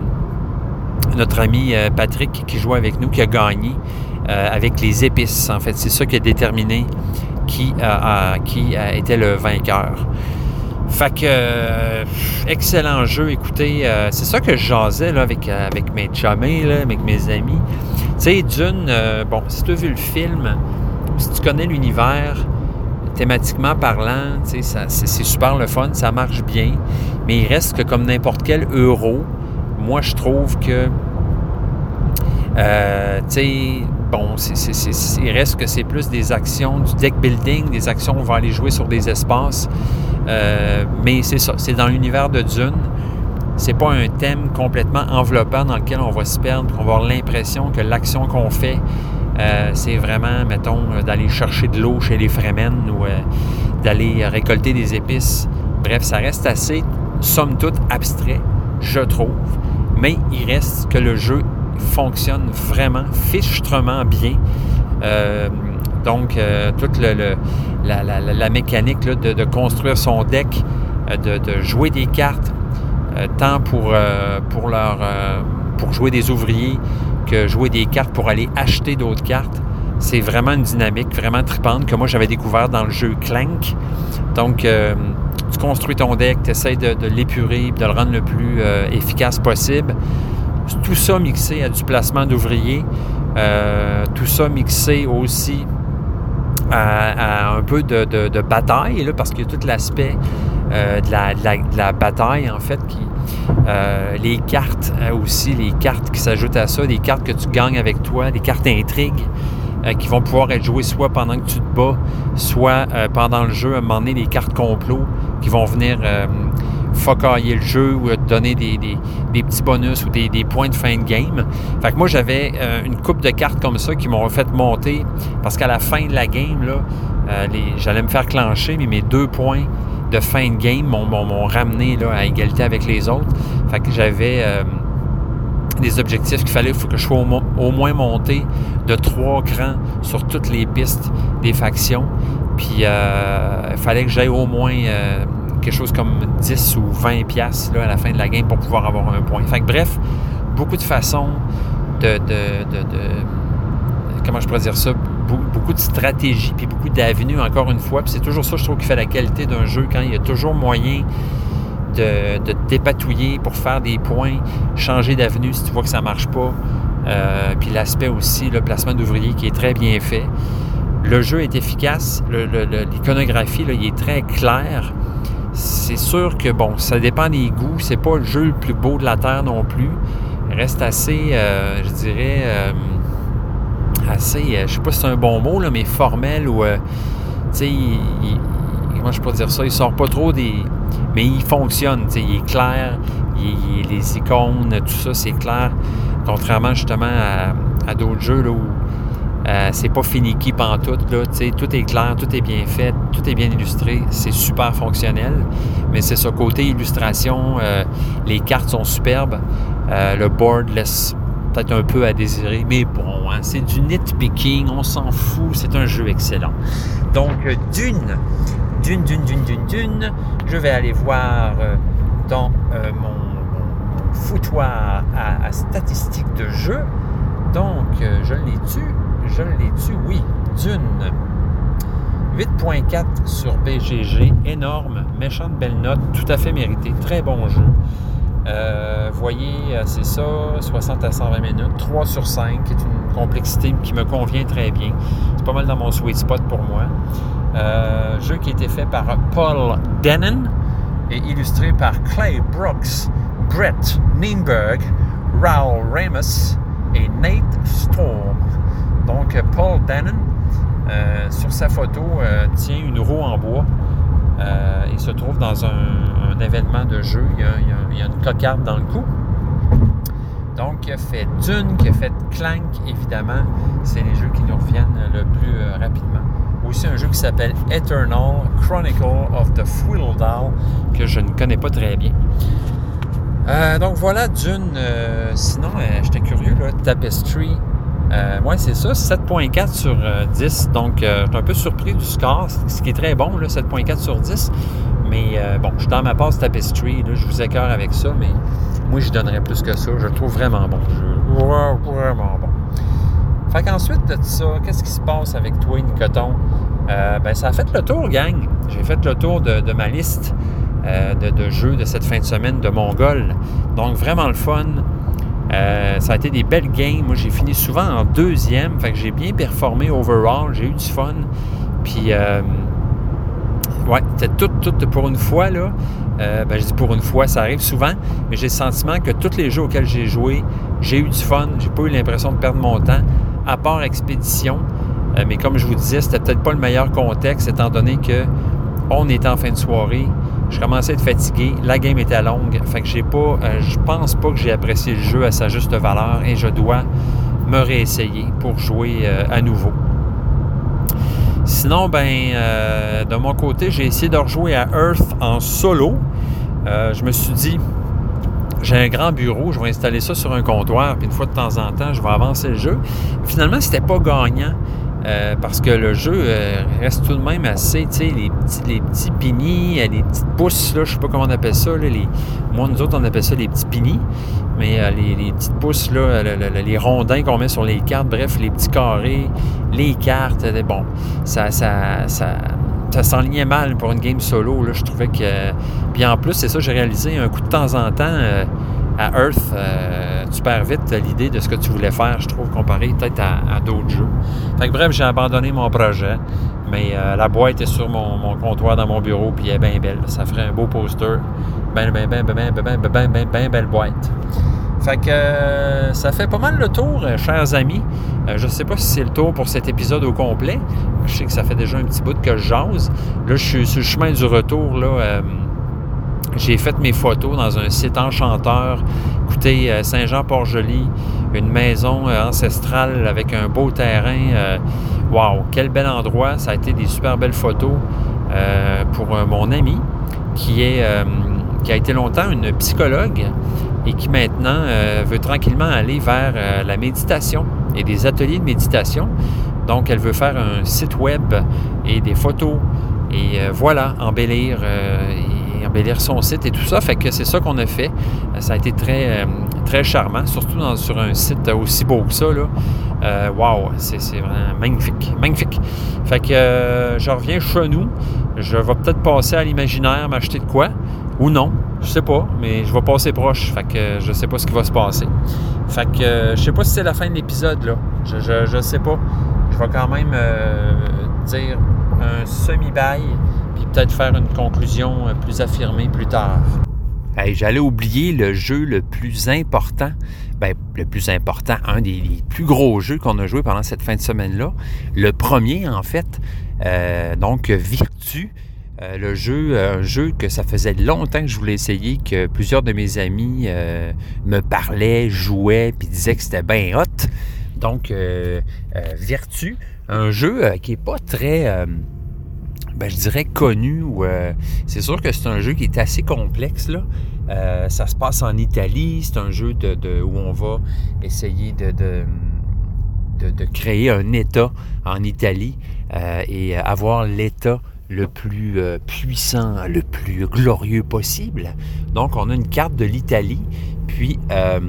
Speaker 5: notre ami euh, Patrick qui joue avec nous qui a gagné euh, avec les épices. En fait, c'est ça qui a déterminé qui, euh, euh, qui euh, était le vainqueur. Fait que, euh, excellent jeu. Écoutez, euh, c'est ça que je jasais là, avec, euh, avec mes chumés, là, avec mes amis. Tu sais, Dune, euh, bon, si tu as vu le film, si tu connais l'univers, thématiquement parlant, tu sais, ça, c'est, c'est super le fun, ça marche bien, mais il reste que comme n'importe quel euro, moi, je trouve que, euh, tu sais, bon, c'est, c'est, c'est, il reste que c'est plus des actions, du deck building, des actions où on va aller jouer sur des espaces. Euh, mais c'est ça, c'est dans l'univers de Dune. C'est pas un thème complètement enveloppant dans lequel on va se perdre, on va avoir l'impression que l'action qu'on fait, euh, c'est vraiment, mettons, d'aller chercher de l'eau chez les Fremen ou euh, d'aller récolter des épices. Bref, ça reste assez, somme toute, abstrait, je trouve. Mais il reste que le jeu fonctionne vraiment fichtrement bien. Euh, donc, euh, toute le, le, la, la, la mécanique là, de, de construire son deck, euh, de, de jouer des cartes, euh, tant pour, euh, pour, leur, euh, pour jouer des ouvriers que jouer des cartes pour aller acheter d'autres cartes. C'est vraiment une dynamique vraiment tripante que moi, j'avais découvert dans le jeu Clank. Donc, euh, tu construis ton deck, tu essaies de, de l'épurer et de le rendre le plus euh, efficace possible. Tout ça mixé à du placement d'ouvriers, euh, tout ça mixé aussi à, à un peu de, de, de bataille, là, parce qu'il y a tout l'aspect euh, de, la, de, la, de la bataille, en fait, qui, euh, les cartes euh, aussi, les cartes qui s'ajoutent à ça, des cartes que tu gagnes avec toi, des cartes intrigues euh, qui vont pouvoir être jouées soit pendant que tu te bats, soit euh, pendant le jeu, à un moment donné, des cartes complot qui vont venir euh, focailler le jeu ou te donner des, des, des petits bonus ou des, des points de fin de game. Fait que moi, j'avais euh, une coupe de cartes comme ça qui m'ont fait monter parce qu'à la fin de la game, là, euh, les, j'allais me faire clencher, mais mes deux points de fin de game m'ont, m'ont, m'ont ramené là, à égalité avec les autres. Fait que j'avais euh, des objectifs qu'il fallait faut que je sois au, mo- au moins monté de trois crans sur toutes les pistes des factions. Puis euh, il fallait que j'aille au moins euh, quelque chose comme dix ou vingt piastres là, à la fin de la game pour pouvoir avoir un point. Fait que bref, beaucoup de façons de, de, de, de comment je pourrais dire ça, beaucoup de stratégies puis beaucoup d'avenues encore une fois. Puis c'est toujours ça, je trouve, qui fait la qualité d'un jeu, quand il y a toujours moyen de, de dépatouiller pour faire des points, changer d'avenue si tu vois que ça ne marche pas. Euh, puis l'aspect aussi, le placement d'ouvriers qui est très bien fait. Le jeu est efficace, le, le, le, l'iconographie, là, il est très clair. C'est sûr que, bon, ça dépend des goûts. C'est pas le jeu le plus beau de la Terre non plus. Il reste assez, euh, je dirais, euh, assez, euh, je sais pas si c'est un bon mot, là, mais formel ou, euh, tu sais, il, il, comment je peux dire ça, il sort pas trop des... Mais il fonctionne, tu sais, il est clair, il, il, les icônes, tout ça, c'est clair. Contrairement justement à, à d'autres jeux, là, où Euh, c'est pas finicky pantoute, là, tu sais, tout est clair, tout est bien fait, tout est bien illustré, c'est super fonctionnel, mais c'est ça, côté illustration, euh, les cartes sont superbes, euh, le board laisse peut-être un peu à désirer, mais bon, hein, c'est du nitpicking, on s'en fout, c'est un jeu excellent. Donc, euh, d'une, d'une, d'une, d'une, d'une, d'une, je vais aller voir euh, dans euh, mon, mon foutoir à, à statistiques de jeu, donc, euh, je l'ai tu Je l'ai tu oui, Dune. huit virgule quatre sur B G G, énorme, méchante belle note, tout à fait méritée, très bon jeu. Euh, voyez, c'est ça, soixante à cent vingt minutes, trois sur cinq, qui est une complexité qui me convient très bien. C'est pas mal dans mon sweet spot pour moi. Euh, jeu qui a été fait par Paul Dennen et illustré par Clay Brooks, Brett Nienberg, Raoul Ramos et Nate Storm. Donc, Paul Dennen, euh, sur sa photo, euh, tient une roue en bois. Euh, il se trouve dans un, un événement de jeu. Il y, a, il, y a, il y a une cocarde dans le cou. Donc, il a fait Dune, qui a fait Clank, évidemment. C'est les jeux qui nous reviennent le plus euh, rapidement. Aussi un jeu qui s'appelle Eternal Chronicle of the Fuildal, que je ne connais pas très bien. Euh, donc, voilà Dune. Euh, sinon, euh, j'étais curieux, là, Tapestry. Euh, oui, c'est ça, sept virgule quatre sur dix. Donc, euh, je suis un peu surpris du score, ce qui est très bon, là, sept virgule quatre sur dix. Mais euh, bon, je suis dans ma passe Tapestry, là, je vous écœure avec ça, mais moi, je donnerais plus que ça. Je le trouve vraiment bon. Je... Wow, vraiment bon. Fait qu'ensuite de ça, qu'est-ce qui se passe avec toi, Nicoton? Euh, ben, ça a fait le tour, gang. J'ai fait le tour de, de ma liste euh, de, de jeux de cette fin de semaine de Mongol. Donc, vraiment le fun. Euh, ça a été des belles games. Moi, j'ai fini souvent en deuxième. Fait que j'ai bien performé overall. J'ai eu du fun. Puis, euh, ouais, c'était tout, tout pour une fois, là. Euh, ben, je dis pour une fois, ça arrive souvent. Mais j'ai le sentiment que tous les jeux auxquels j'ai joué, j'ai eu du fun. J'ai pas eu l'impression de perdre mon temps, à part Expédition. Euh, mais comme je vous disais, c'était peut-être pas le meilleur contexte, étant donné que on était en fin de soirée. Je commençais à être fatigué. La game était longue. Fait que j'ai pas, euh, je pense pas que j'ai apprécié le jeu à sa juste valeur et je dois me réessayer pour jouer euh, à nouveau. Sinon, ben, euh, de mon côté, j'ai essayé de rejouer à Earth en solo. Euh, je me suis dit, j'ai un grand bureau, je vais installer ça sur un comptoir, puis une fois de temps en temps, je vais avancer le jeu. Finalement, c'était pas gagnant. Euh, parce que le jeu euh, reste tout de même assez, tu sais, les petits, les petits pinis, les petites pousses, là, je sais pas comment on appelle ça, là, les, moi, nous autres, on appelle ça les petits pinis, mais euh, les, les petites pousses, là, le, le, les rondins qu'on met sur les cartes, bref, les petits carrés, les cartes, bon, ça, ça, ça, ça s'enlignait mal pour une game solo, là, je trouvais que... Puis en plus, c'est ça, j'ai réalisé, un coup de temps en temps, euh, à Earth euh, super vite l'idée de ce que tu voulais faire, je trouve, comparé peut-être à, à d'autres jeux. Fait que bref, j'ai abandonné mon projet, mais euh, la boîte est sur mon, mon comptoir dans mon bureau, puis elle est bien belle. Ça ferait un beau poster. Ben, ben, ben, ben, ben, ben, ben, ben, ben, ben belle boîte. Fait que euh, ça fait pas mal le tour, euh, chers amis. Euh, je ne sais pas si c'est le tour pour cet épisode au complet. Je sais que ça fait déjà un petit bout que je jase. Là, je suis sur le chemin du retour. Là, euh, j'ai fait mes photos dans un site enchanteur. Écoutez, euh, Saint-Jean-Port-Joli, une maison euh, ancestrale avec un beau terrain. Euh, wow, quel bel endroit. Ça a été des super belles photos euh, pour euh, mon ami qui est... Euh, qui a été longtemps une psychologue et qui maintenant euh, veut tranquillement aller vers euh, la méditation et des ateliers de méditation. Donc, elle veut faire un site web et des photos et euh, voilà, embellir, euh, et embellir son site et tout ça. Fait que c'est ça qu'on a fait. Ça a été très, euh, très charmant, surtout dans, sur un site aussi beau que ça, là. Euh, wow, c'est, c'est vraiment magnifique, magnifique. Fait que euh, je reviens chez nous. Je vais peut-être passer à l'imaginaire, m'acheter de quoi. Ou non, je sais pas, mais je vais passer proche, fait que je sais pas ce qui va se passer. Fait que euh, je sais pas si c'est la fin de l'épisode, là. Je, je, je sais pas. Je vais quand même euh, dire un semi-bail, puis peut-être faire une conclusion plus affirmée plus tard. Hey, j'allais oublier le jeu le plus important, ben le plus important, un des, des plus gros jeux qu'on a joué pendant cette fin de semaine-là. Le premier, en fait, euh, donc Virtu. Euh, le jeu, un jeu que ça faisait longtemps que je voulais essayer, que plusieurs de mes amis euh, me parlaient, jouaient, puis disaient que c'était bien hot. Donc, euh, euh, Virtu, un jeu euh, qui n'est pas très, euh, ben, je dirais, connu. Ou, euh, c'est sûr que c'est un jeu qui est assez complexe, là. Euh, ça se passe en Italie. C'est un jeu de, de, où on va essayer de... de De, de créer un État en Italie euh, et avoir l'État le plus euh, puissant, le plus glorieux possible. Donc, on a une carte de l'Italie, puis euh,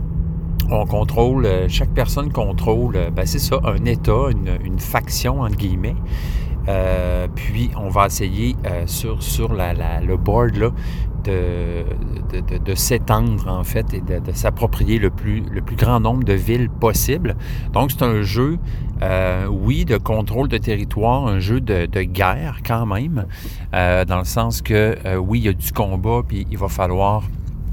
Speaker 5: on contrôle, chaque personne contrôle, ben c'est ça, un État, une, une faction, entre guillemets. Euh, puis, on va essayer euh, sur, sur la, la, le board, là, de, de, de, de s'étendre, en fait, et de, de s'approprier le plus, le plus grand nombre de villes possible. Donc, c'est un jeu, euh, oui, de contrôle de territoire, un jeu de, de guerre, quand même, euh, dans le sens que, euh, oui, il y a du combat, puis il va falloir...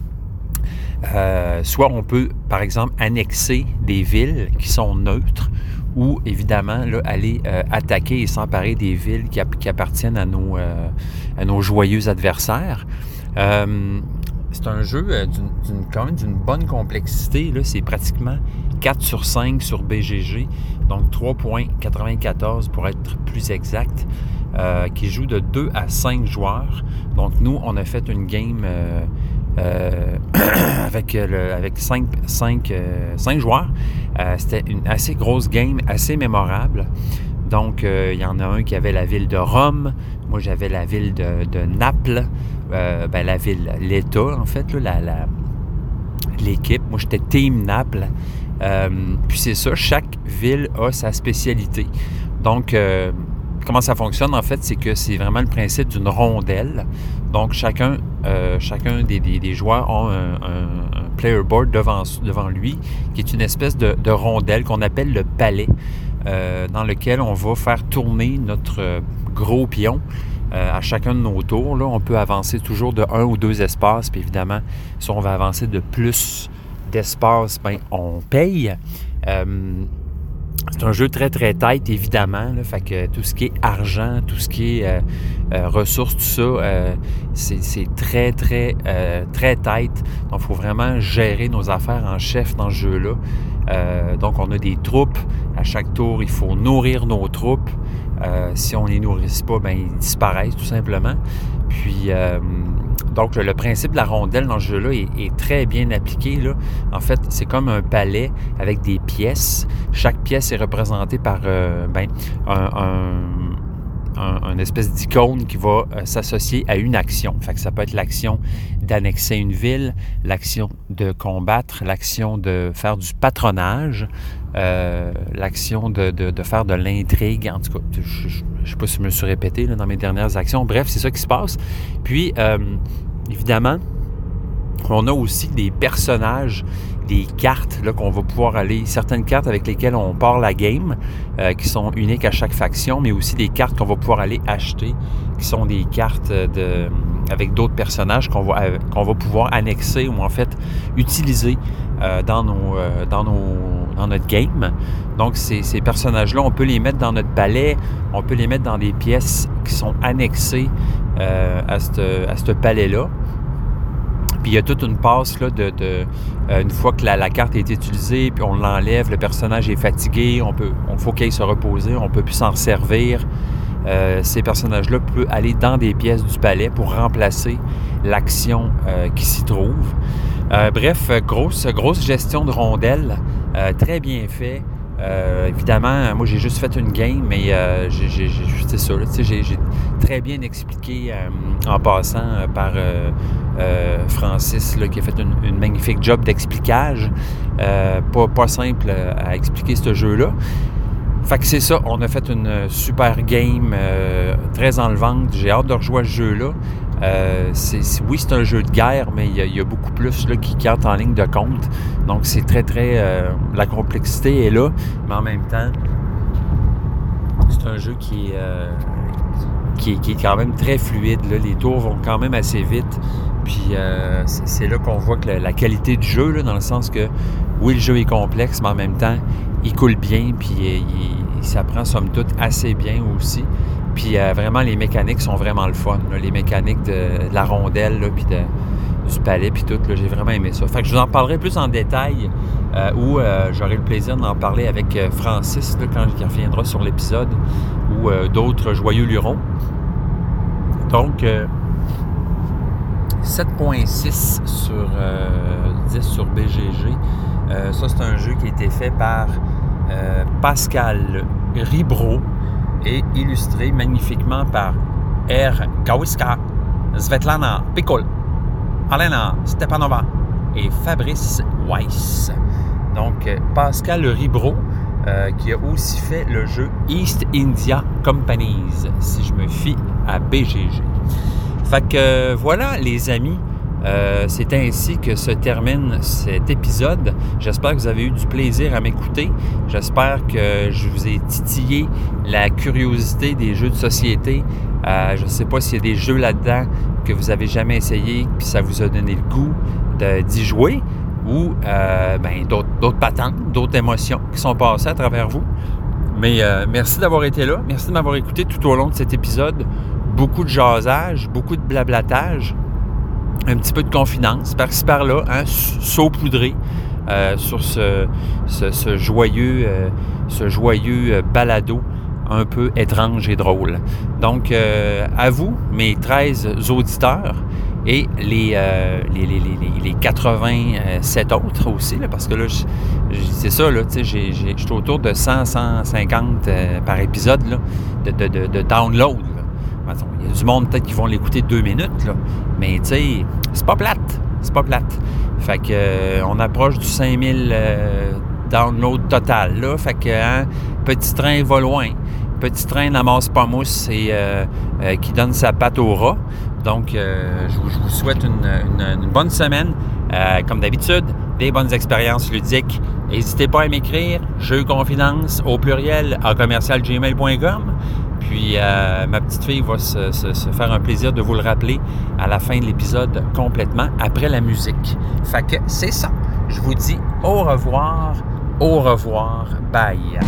Speaker 5: Euh, soit on peut, par exemple, annexer des villes qui sont neutres, ou, évidemment, là, aller euh, attaquer et s'emparer des villes qui, ap- qui appartiennent à nos, euh, à nos joyeux adversaires. Euh, c'est un jeu euh, d'une, d'une, quand même d'une bonne complexité. Là. C'est pratiquement quatre sur cinq sur B G G, donc trois virgule quatre-vingt-quatorze pour être plus exact, euh, qui joue de deux à cinq joueurs. Donc, nous, on a fait une game... Euh, Euh, avec, le, avec cinq, cinq, euh, cinq joueurs. Euh, c'était une assez grosse game, assez mémorable. Donc, euh, il y en a un qui avait la ville de Rome. Moi, j'avais la ville de, de Naples. Euh, ben, la ville, l'État, en fait, là, la, la, l'équipe. Moi, j'étais Team Naples. Euh, puis c'est ça, chaque ville a sa spécialité. Donc, euh, comment ça fonctionne, en fait, c'est que c'est vraiment le principe d'une rondelle. Donc, chacun, euh, chacun des, des, des joueurs a un, un, un player board devant, devant lui, qui est une espèce de, de rondelle qu'on appelle le palais, euh, dans lequel on va faire tourner notre gros pion euh, à chacun de nos tours. Là, on peut avancer toujours de un ou deux espaces, puis évidemment, si on va avancer de plus d'espaces, ben, on paye. Euh, C'est un jeu très, très tight, évidemment. Là, fait que tout ce qui est argent, tout ce qui est euh, euh, ressources, tout ça, euh, c'est, c'est très, très, euh, très tight. Donc, il faut vraiment gérer nos affaires en chef dans ce jeu-là. Euh, donc, on a des troupes. À chaque tour, il faut nourrir nos troupes. Euh, si on ne les nourrit pas, ben, ils disparaissent tout simplement. Puis, euh, donc, le, le principe de la rondelle dans ce jeu-là est, est très bien appliqué, là. En fait, c'est comme un palais avec des pièces. Chaque pièce est représentée par euh, ben, un, un, un, une espèce d'icône qui va euh, s'associer à une action. Fait que ça peut être l'action d'annexer une ville, l'action de combattre, l'action de faire du patronage, euh, l'action de, de, de faire de l'intrigue. En tout cas, je ne sais pas si je me suis répété là, dans mes dernières actions. Bref, c'est ça qui se passe. Puis, euh, évidemment, On a aussi des personnages, des cartes là, qu'on va pouvoir aller, certaines cartes avec lesquelles on part la game, euh, qui sont uniques à chaque faction, mais aussi des cartes qu'on va pouvoir aller acheter, qui sont des cartes de, avec d'autres personnages qu'on va, qu'on va pouvoir annexer ou en fait utiliser euh, dans, nos, euh, dans, nos, dans notre game. Donc ces, ces personnages-là, on peut les mettre dans notre palais, on peut les mettre dans des pièces qui sont annexées euh, à ce à ce palais-là. Puis il y a toute une passe là, de, de euh, une fois que la, la carte est utilisée, puis on l'enlève, le personnage est fatigué, on peut, on faut qu'il aille se reposer, on ne peut plus s'en servir. Euh, ces personnages-là peuvent aller dans des pièces du palais pour remplacer l'action euh, qui s'y trouve. Euh, bref, grosse, grosse gestion de rondelles, euh, très bien fait. Euh, évidemment, moi j'ai juste fait une game, mais euh, j'ai, j'ai, j'ai, c'est ça, là, j'ai, j'ai très bien expliqué euh, en passant euh, par euh, euh, Francis là, qui a fait une, une magnifique job d'expliquage. Euh, pas, pas simple à expliquer ce jeu-là. Fait que c'est ça, on a fait une super game euh, très enlevante. J'ai hâte de rejouer à ce jeu-là. Euh, c'est, c'est, oui, c'est un jeu de guerre, mais il y a, il y a beaucoup plus là, qui, qui entre en ligne de compte. Donc, c'est très, très... Euh, la complexité est là, mais en même temps, c'est un jeu qui est, euh, qui est, qui est quand même très fluide. Là. Les tours vont quand même assez vite. Puis, euh, c'est, c'est là qu'on voit que la, la qualité du jeu, là, dans le sens que, oui, le jeu est complexe, mais en même temps, il coule bien, puis il, il s'apprend, somme toute, assez bien aussi. Puis euh, vraiment, les mécaniques sont vraiment le fun. Là. Les mécaniques de, de la rondelle, là, puis de, du palais, puis tout. Là, j'ai vraiment aimé ça. Fait que je vous en parlerai plus en détail, euh, où euh, j'aurai le plaisir d'en parler avec euh, Francis, là, quand il reviendra sur l'épisode, ou euh, d'autres joyeux lurons. Donc, euh, sept virgule six sur euh, dix sur B G G. Euh, ça, c'est un jeu qui a été fait par euh, Pascal Ribro et illustré magnifiquement par R. Gawiska, Svetlana Pikul, Alena Stepanova et Fabrice Weiss. Donc, euh, Pascal Ribro, euh, qui a aussi fait le jeu East India Companies, si je me fie à B G G. Fait que euh, voilà, les amis. Euh, c'est ainsi que se termine cet épisode. J'espère que vous avez eu du plaisir à m'écouter. J'espère que je vous ai titillé la curiosité des jeux de société. Euh, je ne sais pas s'il y a des jeux là-dedans que vous n'avez jamais essayé puis ça vous a donné le goût de, d'y jouer ou euh, ben, d'autres, d'autres patentes, d'autres émotions qui sont passées à travers vous. Mais euh, merci d'avoir été là. Merci de m'avoir écouté tout au long de cet épisode. Beaucoup de jasage, beaucoup de blablatage. Un petit peu de confidence, par-ci par-là, hein, saupoudré euh, sur ce, ce, ce joyeux, euh, ce joyeux euh, balado un peu étrange et drôle. Donc, euh, à vous, mes treize auditeurs, et les, euh, les, les, les, les quatre-vingt-sept autres aussi, là, parce que là, je, je, c'est ça, là, j'ai, j'ai, je suis autour de cent à cent cinquante euh, par épisode là, de, de, de, de download. Là. Il y a du monde peut-être qui vont l'écouter deux minutes, là. Mais tu sais, c'est pas plate. C'est pas plate. Fait que euh, on approche du cinq mille euh, downloads total, là. Fait que, hein, petit train va loin. Petit train n'amasse pas mousse et euh, euh, qui donne sa patte au rat. Donc, euh, je, vous, je vous souhaite une, une, une bonne semaine. Euh, comme d'habitude, des bonnes expériences ludiques. N'hésitez pas à m'écrire, jeux confidence au pluriel à commercial gmail point com. Puis, euh, ma petite fille va se, se, se faire un plaisir de vous le rappeler à la fin de l'épisode complètement après la musique. Fait que c'est ça. Je vous dis au revoir, au revoir, bye.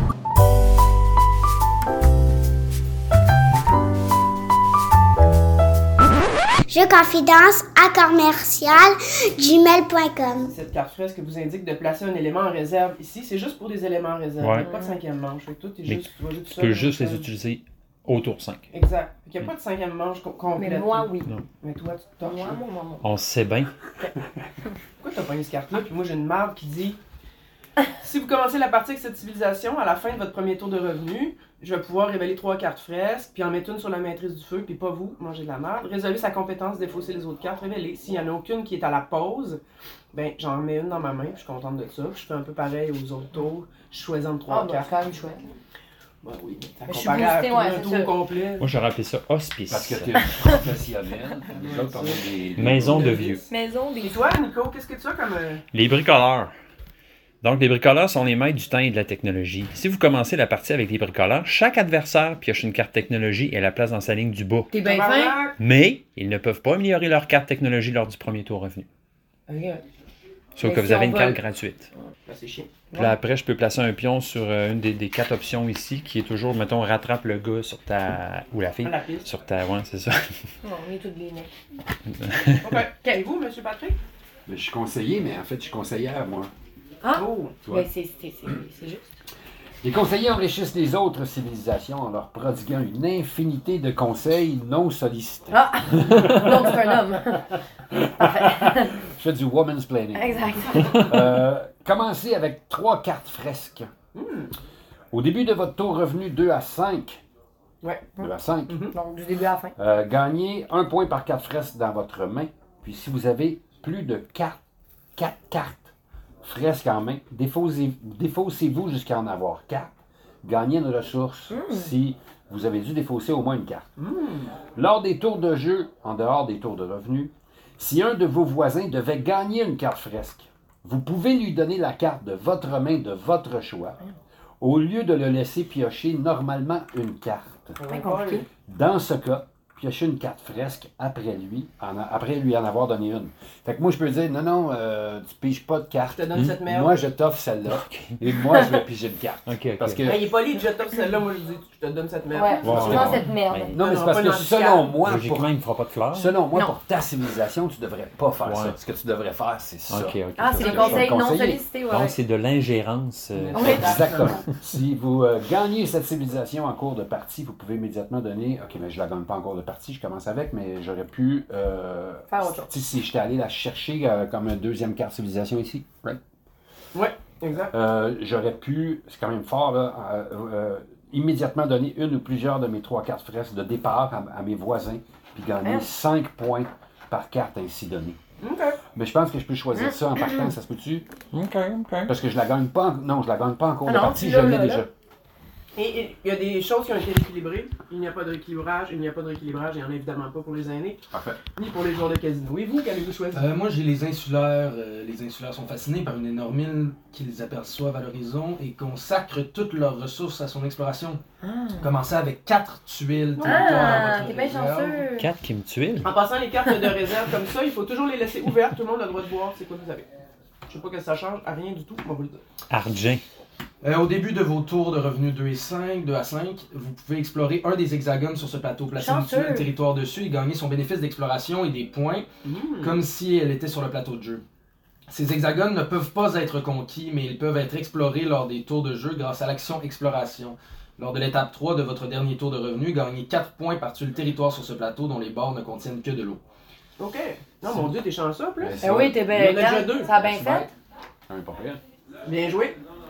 Speaker 6: Jeux confidence à commercial gmail point com.
Speaker 7: Cette carte fresque vous indique de placer un élément en réserve ici. C'est juste pour des éléments en réserve.
Speaker 5: Ouais.
Speaker 7: Il n'y a pas de cinquième manche. Fait que toi, t'es
Speaker 5: Mais
Speaker 7: juste, tu vas jouer tout
Speaker 5: Tu
Speaker 7: seul.
Speaker 5: peux juste les
Speaker 7: seul.
Speaker 5: utiliser au tour cinq.
Speaker 7: Exact. Il n'y a pas de cinquième manche com- complète.
Speaker 8: Mais moi, oui.
Speaker 5: Non.
Speaker 7: Mais toi, tu te torches.
Speaker 8: Moi, moi, moi, moi.
Speaker 5: On sait bien.
Speaker 7: Pourquoi t'as pas une cette carte-là? Puis moi, j'ai une marde qui dit si vous commencez la partie avec cette civilisation, à la fin de votre premier tour de revenu, je vais pouvoir révéler trois cartes fresques, puis en mettre une sur la maîtrise du feu, puis pas vous, manger de la merde. Résolvez sa compétence, défausser les autres cartes, révéler. S'il n'y en a aucune qui est à la pause, ben j'en mets une dans ma main, puis je suis contente de ça. Puis je fais un peu pareil aux autres tours, je choisis entre trois
Speaker 8: Ah, ben,
Speaker 7: cartes.
Speaker 8: quand même chouette.
Speaker 7: Bah oui, mais ça
Speaker 8: Mais je suis
Speaker 7: comparé à
Speaker 8: boostée,
Speaker 7: tout
Speaker 8: ouais,
Speaker 7: un
Speaker 8: c'est
Speaker 7: tour
Speaker 8: ça.
Speaker 7: complet.
Speaker 4: Moi, j'aurais appelé ça hospice.
Speaker 9: Parce que tu es professionnel. Nous autres, on est des- des-
Speaker 4: Maison de vieux.
Speaker 8: Maison
Speaker 7: Et
Speaker 8: des
Speaker 7: toi, Nico, qu'est-ce que tu as comme. euh,
Speaker 4: Les bricoleurs. Donc, les bricoleurs sont les maîtres du temps et de la technologie. Si vous commencez la partie avec les bricoleurs, chaque adversaire pioche une carte technologie et la place dans sa ligne du bas.
Speaker 8: T'es bien fin?
Speaker 7: tabarnak?
Speaker 4: Mais ils ne peuvent pas améliorer leur carte technologie lors du premier tour revenu.
Speaker 7: Ok.
Speaker 4: Sauf
Speaker 8: Mais
Speaker 4: que
Speaker 8: si
Speaker 4: vous avez
Speaker 8: on
Speaker 4: une
Speaker 8: vole.
Speaker 4: carte gratuite.
Speaker 7: Ben, c'est chiant.
Speaker 4: Puis là, après, je peux placer un pion sur euh, une des, des quatre options ici, qui est toujours, mettons, rattrape le gars sur ta... ou la fille.
Speaker 7: À la piste.
Speaker 4: Sur ta... Ouais, c'est ça.
Speaker 8: Non, on est toutes les nez.
Speaker 7: Ok. Et vous, monsieur Patrick?
Speaker 9: Mais je suis conseiller, mais en fait, je suis conseillère, moi.
Speaker 8: Ah?
Speaker 7: Oh.
Speaker 9: Toi.
Speaker 8: Mais c'est c'est- c'est- c'est juste.
Speaker 9: Les conseillers enrichissent les autres civilisations en leur prodiguant une infinité de conseils non sollicités.
Speaker 8: Ah! Donc c'est un homme. Parfait.
Speaker 9: Je fais du woman's planning.
Speaker 8: Exact.
Speaker 9: Euh, commencez avec trois cartes fresques. Au début de votre tour revenu deux à cinq,
Speaker 7: Ouais.
Speaker 9: deux à cinq,
Speaker 8: Donc du début à la fin.
Speaker 9: euh, gagnez un point par carte fresque dans votre main. Puis si vous avez plus de quatre, quatre cartes fresques en main, défaussez- défaussez-vous jusqu'à en avoir quatre. Gagnez une ressource si vous avez dû défausser au moins une carte. Lors des tours de jeu, en dehors des tours de revenu, si un de vos voisins devait gagner une carte fresque, vous pouvez lui donner la carte de votre main de votre choix, au lieu de le laisser piocher normalement une carte.
Speaker 8: Pas compliqué.
Speaker 9: Dans ce cas, piocher une carte fresque après lui, en a- après lui en avoir donné une. Fait que moi, je peux dire, non, non, euh, tu piges pas de carte.
Speaker 7: Je te donne cette merde.
Speaker 9: Moi, je t'offre celle-là. Et moi, je vais piger une carte.
Speaker 4: OK, OK.
Speaker 9: Parce que,
Speaker 7: Ben, il est poli, je t'offre celle-là, moi je dis, je te donne cette merde.
Speaker 8: Ouais,
Speaker 9: Ouais,
Speaker 8: tu
Speaker 9: ouais.
Speaker 8: prends cette merde.
Speaker 9: non, mais
Speaker 7: Non,
Speaker 9: c'est parce
Speaker 7: pas
Speaker 9: que
Speaker 7: une
Speaker 9: selon
Speaker 7: handicap.
Speaker 9: moi,
Speaker 4: Logiquement,
Speaker 9: pour,
Speaker 4: il ne fera pas de fleurs.
Speaker 9: selon moi,
Speaker 8: Non.
Speaker 9: pour ta civilisation, tu devrais pas faire
Speaker 4: Ouais.
Speaker 9: ça. Ce que tu devrais faire, c'est ça.
Speaker 4: OK, OK.
Speaker 8: Ah, c'est
Speaker 9: Ça,
Speaker 8: les
Speaker 9: je vais
Speaker 8: conseils
Speaker 9: te
Speaker 8: non
Speaker 9: conseiller.
Speaker 8: sollicités, ouais.
Speaker 4: Donc, c'est de l'ingérence. euh,
Speaker 8: Oui.
Speaker 9: Exactement. Si vous euh, gagnez cette civilisation en cours de partie, vous pouvez immédiatement donner. Ok, mais je la gagne pas en cours de partie, je commence avec, mais j'aurais pu. Euh,
Speaker 8: Faire autre chose.
Speaker 9: Si, si j'étais allé la chercher euh, comme une deuxième carte civilisation ici, right?
Speaker 7: Ouais, exact.
Speaker 9: Euh, j'aurais pu, c'est quand même fort, là, euh, euh, immédiatement donner une ou plusieurs de mes trois cartes fresques de départ à, à mes voisins, puis gagner
Speaker 8: Hein?
Speaker 9: cinq points par carte ainsi donnée.
Speaker 7: Ok.
Speaker 9: Mais je pense que je peux choisir ça en partant, ça se peut-tu?
Speaker 4: OK, OK.
Speaker 9: Parce que je la gagne pas en... Non, je la gagne pas en cours
Speaker 8: Ah
Speaker 9: de
Speaker 8: non,
Speaker 9: partie,
Speaker 8: tu
Speaker 9: je
Speaker 8: l'as,
Speaker 9: l'ai
Speaker 8: là,
Speaker 9: déjà.
Speaker 8: là.
Speaker 7: Et et il y a des choses qui ont été rééquilibrées. Il n'y a pas de rééquilibrage, il n'y a pas de rééquilibrage, il n'y en a évidemment pas pour les aînés,
Speaker 9: Parfait.
Speaker 7: ni pour les joueurs de casino. Et vous, qu'avez-vous choisi?
Speaker 10: Euh, moi, j'ai les insulaires. Euh, les insulaires sont fascinés par une énorme île qu'ils aperçoivent à l'horizon et consacrent toutes leurs ressources à son exploration. Commencez avec quatre tuiles territoire
Speaker 8: Ah,
Speaker 10: à votre
Speaker 8: t'es bien
Speaker 10: réserve.
Speaker 8: chanceux.
Speaker 4: Quatre qui me tuile.
Speaker 7: En passant les cartes de réserve comme ça, il faut toujours les laisser ouvertes. Tout le monde a le droit de voir c'est quoi vous avez. Je sais pas que ça change à rien du tout, on va vous le dire.
Speaker 4: Argent.
Speaker 10: Euh, au début de vos tours de revenus deux et cinq, deux à cinq, vous pouvez explorer un des hexagones sur ce plateau, placer une
Speaker 8: Chanceux.
Speaker 10: tuile territoire dessus et gagner son bénéfice d'exploration et des points, comme si elle était sur le plateau de jeu. Ces hexagones ne peuvent pas être conquis, mais ils peuvent être explorés lors des tours de jeu grâce à l'action exploration. Lors de l'étape trois de votre dernier tour de revenus, gagnez quatre points par tuile territoire sur ce plateau dont les bords ne contiennent que de l'eau.
Speaker 7: Ok. Non, mon dieu, t'es chanceux en plus.
Speaker 9: Ouais,
Speaker 8: Eh oui, t'es
Speaker 7: Il y en a déjà
Speaker 8: bien.
Speaker 7: deux.
Speaker 8: Ça a bien
Speaker 9: Super.
Speaker 8: fait.
Speaker 9: Ah, pas pire.
Speaker 7: Bien joué.